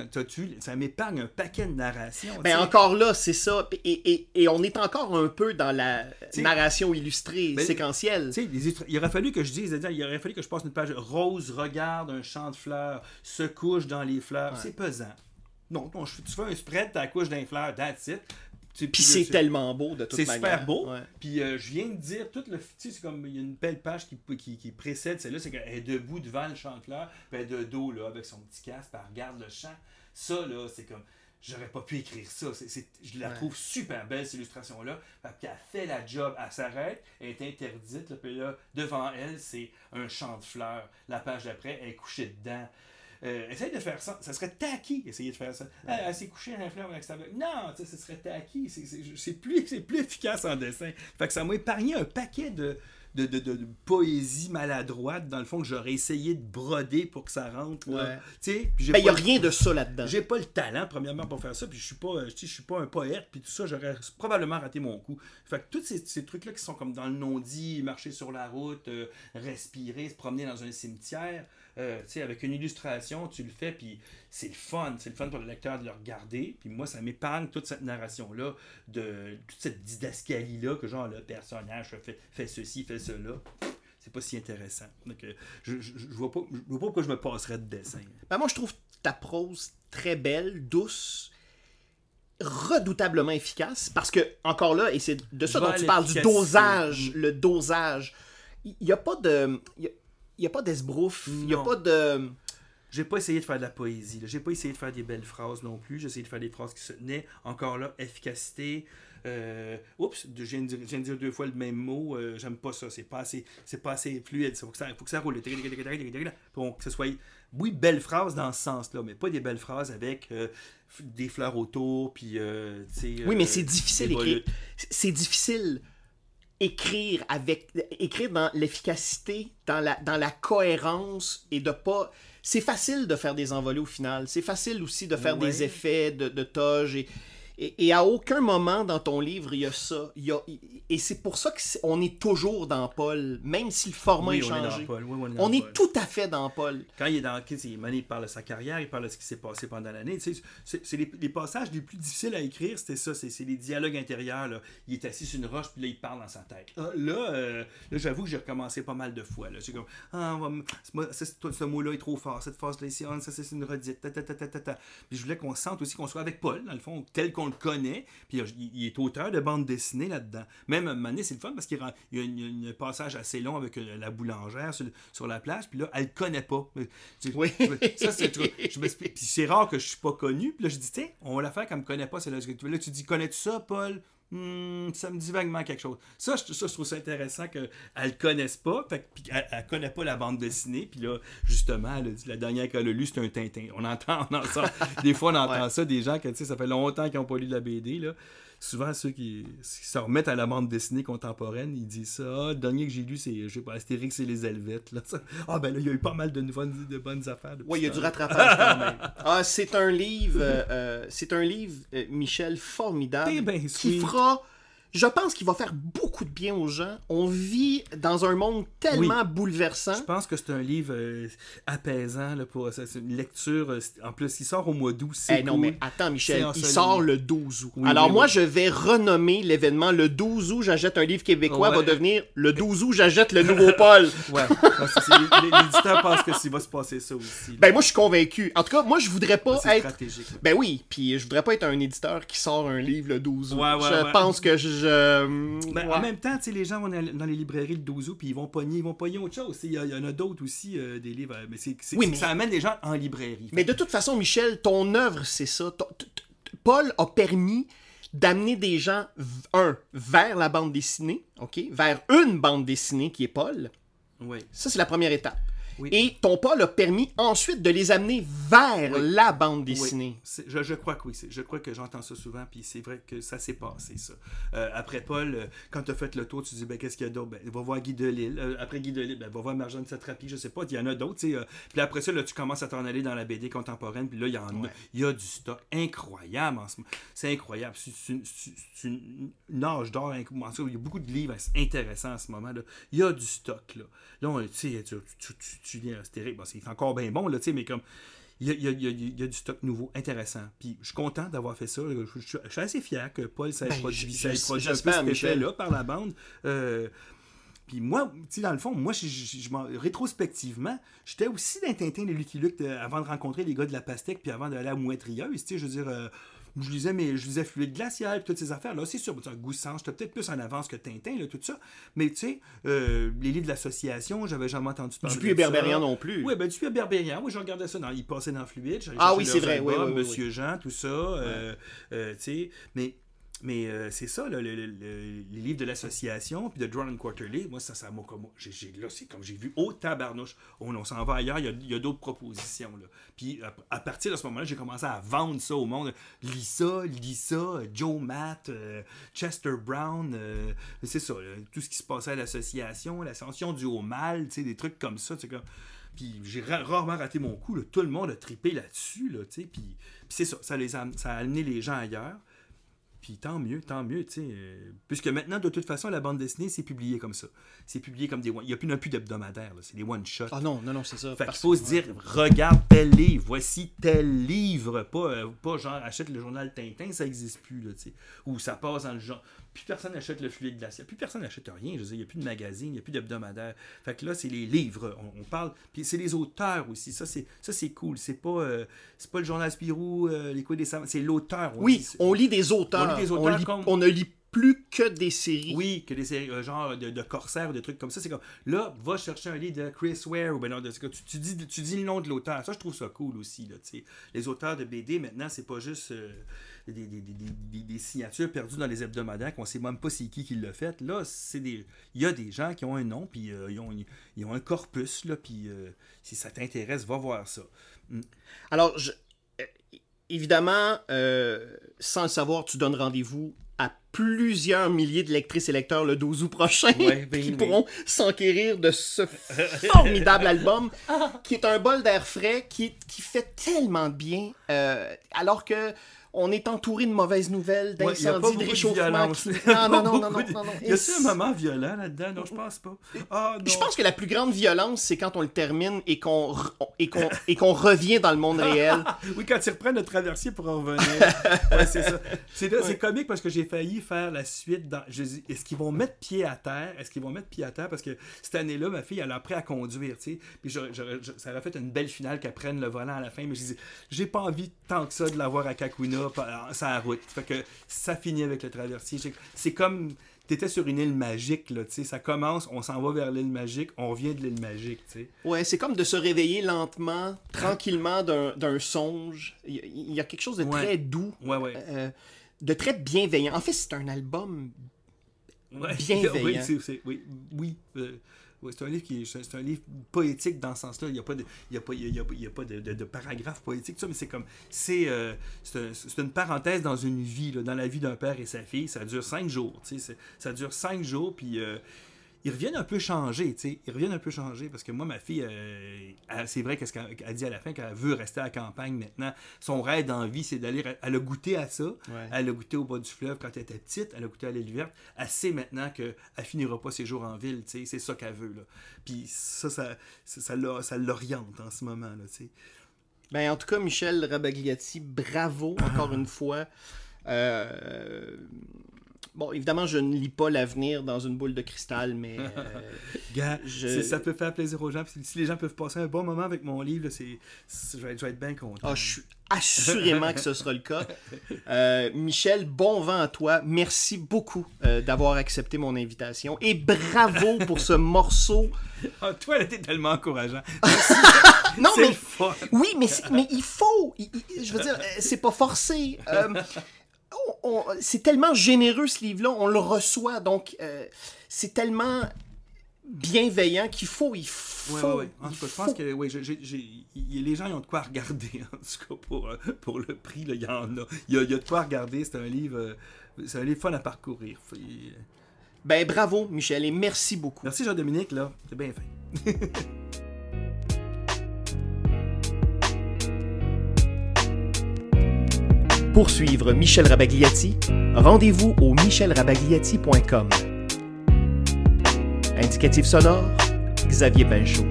un paquet de narrations. Ben encore là, c'est ça. Et on est encore un peu dans la narration illustrée, séquentielle. Il aurait fallu que je dise, il aurait fallu que je passe une page « Rose regarde un champ de fleurs, se couche dans les fleurs ». Ouais. C'est pesant. Non, tu fais un spread, t'as la couche d'un fleur, that's it. Puis c'est tellement beau de toute manière. C'est super beau. Ouais. Puis je viens de dire, c'est comme il y a une belle page qui précède celle-là, c'est qu'elle est debout devant le champ de fleurs, puis elle est de dos là, avec son petit casque, puis elle regarde le champ. Ça, là, c'est comme... J'aurais pas pu écrire ça. Je la trouve super belle, cette illustration-là. Puis elle fait la job, elle s'arrête, elle est interdite, là, puis là, devant elle, c'est un champ de fleurs. La page d'après, elle est couchée dedans. Essaye de faire ça. Ça serait tacky essayer de faire ça. Elle s'est couchée à un fleur avec sa... Non, ça serait tacky. C'est plus efficace en dessin. Fait que ça m'a épargné un paquet de poésie maladroite, dans le fond, que j'aurais essayé de broder pour que ça rentre. Ouais. Il n'y a rien de ça là-dedans. J'ai pas le talent, premièrement, pour faire ça, puis je suis pas un poète, puis tout ça, j'aurais probablement raté mon coup. Fait que tous ces trucs-là qui sont comme dans le non-dit, marcher sur la route, respirer, se promener dans un cimetière, avec une illustration, tu le fais, puis c'est le fun pour le lecteur de le regarder, puis moi, ça m'épargne toute cette narration-là, toute cette didascalie-là, que genre, le personnage fait ceci, fait cela. C'est pas si intéressant. Donc, je vois pas pourquoi je me passerais de dessin. Ben moi, je trouve ta prose très belle, douce, redoutablement efficace, parce que, encore là, et c'est de ça dont tu parles, du dosage, le dosage, il n'y a pas de... Il n'y a pas d'esbrouf, il n'y a pas de... J'ai pas essayé de faire de la poésie, là. J'ai pas essayé de faire des belles phrases non plus, j'ai essayé de faire des phrases qui se tenaient. Encore là, efficacité. Je viens de dire 2 fois le même mot, j'aime pas ça, c'est pas assez fluide, il faut que ça roule. Bon, que ce soit, oui, belles phrases dans ce sens-là, mais pas des belles phrases avec des fleurs autour, puis oui, mais c'est difficile d'écrire. C'est difficile écrire dans l'efficacité, dans la cohérence, et de pas... C'est facile de faire des envolées au final. C'est facile aussi de faire des effets de toge. Et à aucun moment dans ton livre, il y a ça. Et c'est pour ça qu'on est toujours dans Paul, même si le format est changé. On est tout à fait dans Paul. Quand il est dans il parle de sa carrière, il parle de ce qui s'est passé pendant l'année. C'est les passages les plus difficiles à écrire, c'était ça. C'est les dialogues intérieurs. Là. Il est assis sur une roche, puis là, il parle dans sa tête. Là, j'avoue que j'ai recommencé pas mal de fois. Là. C'est comme, ce mot-là est trop fort, cette phrase-là ici, ça c'est une redite. Puis je voulais qu'on sente aussi qu'on soit avec Paul, dans le fond, tel qu'on le connaît, puis il est auteur de bande dessinée là-dedans. Même à un moment donné, c'est le fun parce qu'il y a un passage assez long avec la boulangère sur la plage, puis là, elle le connaît pas. Oui. Ça, c'est trop. Puis c'est rare que je suis pas connu, puis là, je dis, tiens, on va la faire qu'elle me connaît pas. Là, tu dis, connais-tu ça, Paul? Ça me dit vaguement quelque chose. Ça, je trouve ça intéressant qu'elle ne le connaisse pas, puis qu'elle ne connaît pas la bande dessinée, puis là, justement, la dernière qu'elle a lue, c'est un Tintin. On entend ça. Des fois, on entend ça, des gens que, ça fait longtemps qu'ils n'ont pas lu de la BD, là. souvent ceux qui se remettent à la bande dessinée contemporaine, ils disent ça. Ah, le dernier que j'ai lu, c'est, je sais pas, Astérix et les Helvètes. Là. Ah, ben là, il y a eu pas mal de bonnes affaires. Oui, il y a du rattrapage quand même. Ah, c'est un livre, Michel, formidable, qui fera... Je pense qu'il va faire beaucoup de bien aux gens. On vit dans un monde tellement bouleversant. Je pense que c'est un livre apaisant là, pour c'est une lecture. En plus, il sort au mois d'août. C'est cool. Non, mais attends, Michel, il sort le 12 août. Oui, alors moi, je vais renommer l'événement le 12 août, j'achète un livre québécois, va devenir le 12 août, j'achète le nouveau Paul. L'éditeur pense que s'il va se passer ça aussi. Ben moi, je suis convaincu. En tout cas, moi, je voudrais pas c'est être... stratégique. Là. Ben oui, puis je voudrais pas être un éditeur qui sort un livre le 12 août. Je pense que en même temps, les gens vont dans les librairies le 12 août puis ils vont pogner autre chose. Il y en a d'autres aussi, des livres. Mais ça amène les gens en librairie. Mais de toute façon, Michel, ton œuvre, c'est ça. Paul a permis d'amener des gens, vers la bande dessinée, vers une bande dessinée qui est Paul. Oui. Ça, c'est la première étape. Oui. Et ton Paul a permis ensuite de les amener vers la bande dessinée. Oui. Je crois que oui. Je crois que j'entends ça souvent, puis c'est vrai que ça s'est passé, ça. Après Paul, quand tu as fait le tour, tu te dis, qu'est-ce qu'il y a d'autre? Va voir Guy Delisle. Après Guy Delisle, va voir Marjane Satrapi, je sais pas, il y en a d'autres. Puis après ça, là, tu commences à t'en aller dans la BD contemporaine, puis là, il y a du stock incroyable en ce moment. C'est incroyable. C'est une âge d'or. Il y a beaucoup de livres intéressants en ce moment. Là. Il y a du stock. Là, tu lis Astérix, c'est encore bien bon, là, mais comme il y a du stock nouveau, intéressant. Puis je suis content d'avoir fait ça. Je suis assez fier que Paul s'est produit un peu cet effet-là par la bande. Puis moi, dans le fond, rétrospectivement, j'étais aussi dans Tintin et Lucky Luke avant de rencontrer les gars de la Pastèque puis avant d'aller à Mouettrieuse, je veux dire... Je lisais Fluide glacial, toutes ces affaires-là. C'est sûr, un goût sens, j'étais peut-être plus en avance que Tintin, là, tout ça. Mais tu sais, les livres de l'association, j'avais jamais entendu parler Dupuis et Berberian non plus. Oui, Dupuis et Berberian, oui, je regardais ça. Il passait dans Fluide. Oui, c'est vrai. Oui, Monsieur Jean, tout ça. Tu sais, mais c'est ça, les livres de l'association, puis de Drawn Quarterly, moi, ça m'a comme... c'est comme j'ai vu, tabarnouche, on s'en va ailleurs, il y a d'autres propositions, là. Puis à partir de ce moment-là, j'ai commencé à vendre ça au monde. Lis ça, Joe Matt, Chester Brown, c'est ça, tout ce qui se passait à l'association, l'ascension du haut mal, tu sais, des trucs comme ça, tu sais, comme... Puis j'ai rarement raté mon coup, là. Tout le monde a trippé là-dessus, là, tu sais, puis c'est ça, ça a amené les gens ailleurs. Puis tant mieux, tu sais. Puisque maintenant, de toute façon, la bande dessinée, c'est publié comme ça. C'est publié comme des... Il n'y a plus d'hebdomadaire, c'est des one-shots. Ah non, c'est ça. Fait qu'il faut se dire, regarde tel livre, voici tel livre. Pas genre, achète le journal Tintin, ça n'existe plus, là, tu sais. Ou ça passe dans le genre... Plus personne n'achète le Fluide glacial. Plus personne n'achète rien. Je veux dire, il n'y a plus de magazine, il n'y a plus d'hebdomadaire. Fait que là, c'est les livres. On parle. Puis c'est les auteurs aussi. Ça, c'est cool. C'est pas le journal Spirou, les coups des savants. C'est l'auteur. On lit des auteurs. On ne lit plus que des séries. Oui, que des séries, genre de corsaires ou des trucs comme ça. C'est comme, là, va chercher un livre de Chris Ware ou ben non, tu dis le nom de l'auteur. Ça, je trouve ça cool aussi. Là, les auteurs de BD, maintenant, c'est pas juste des signatures perdues dans les hebdomadaires qu'on sait même pas c'est qui l'a fait. Là, il y a des gens qui ont un nom, puis ils ont un corpus, là, puis si ça t'intéresse, va voir ça. Alors, évidemment, sans le savoir, tu donnes rendez-vous à plusieurs milliers de lectrices et lecteurs le 12 août prochain qui pourront s'enquérir de ce formidable album qui est un bol d'air frais qui fait tellement de bien alors que on est entouré de mauvaises nouvelles, d'incendies, de réchauffement. Non. Y a-t-il un moment violent là-dedans? Non, je pense pas. Je pense que la plus grande violence, c'est quand on le termine et qu'on revient dans le monde réel. Oui, quand ils reprennent le traversier pour en revenir. Ouais, c'est ça. C'est comique parce que j'ai failli faire la suite. Est-ce qu'ils vont mettre pied à terre? Parce que cette année-là, ma fille, elle a appris à conduire, tu sais. Puis ça aurait fait une belle finale qu'elle prenne le volant à la fin. Mais je dis, j'ai pas envie tant que ça de l'avoir à Kakuna. Ça la route. Fait que ça finit avec le traversier. C'est comme t'étais sur une île magique, là, tu sais. Ça commence, on s'en va vers l'île magique, on revient de l'île magique, tu sais. Ouais, c'est comme de se réveiller lentement, tranquillement d'un songe. Il y a quelque chose de très doux, de très bienveillant. En fait, c'est un album bienveillant. Oui, c'est un livre poétique dans ce sens-là. Il n'y a pas de paragraphe poétique, ça, mais c'est comme... C'est une parenthèse dans une vie, là, dans la vie d'un père et sa fille. Ça dure 5 jours. Ça dure 5 jours, puis... ils reviennent un peu changés, tu sais. Ils reviennent un peu changés parce que moi, ma fille, c'est vrai qu'est-ce qu'elle dit à la fin, qu'elle veut rester à la campagne maintenant. Son rêve dans la vie, c'est d'aller... Elle a goûté à ça. Ouais. Elle a goûté au bas du fleuve quand elle était petite. Elle a goûté à l'île verte. Elle sait maintenant qu'elle finira pas ses jours en ville, tu sais. C'est ça qu'elle veut, là. Puis ça l'oriente en ce moment, là, tu sais. Ben, en tout cas, Michel Rabagliati, bravo encore une fois. Bon, évidemment, je ne lis pas l'avenir dans une boule de cristal, mais... Gars, ça peut faire plaisir aux gens. Si les gens peuvent passer un bon moment avec mon livre, je vais être bien content. Ah, je suis assurément que ce sera le cas. Michel, bon vent à toi. Merci beaucoup d'avoir accepté mon invitation. Et bravo pour ce morceau. Ah, toi, t'es tellement encourageant. Non, c'est mais... le fun. Oui, mais il faut. Je veux dire, c'est pas forcé. C'est tellement généreux ce livre-là, on le reçoit, donc c'est tellement bienveillant qu'il faut. Ouais. En tout cas, je pense que les gens ils ont de quoi regarder, en tout cas pour le prix, là, il y en a. Il y a de quoi regarder, c'est un livre fun à parcourir. Ben bravo Michel et merci beaucoup. Merci Jean-Dominique, là, c'est bien fin. Pour suivre Michel Rabagliati, rendez-vous au michelrabagliati.com. Indicatif sonore, Xavier Pinchot.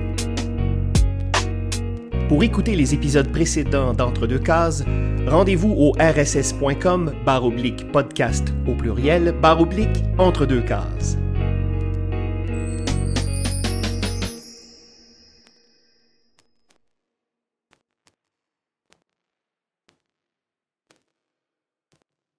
Pour écouter les épisodes précédents d'Entre deux cases, rendez-vous au rss.com/podcast au pluriel /entre deux cases.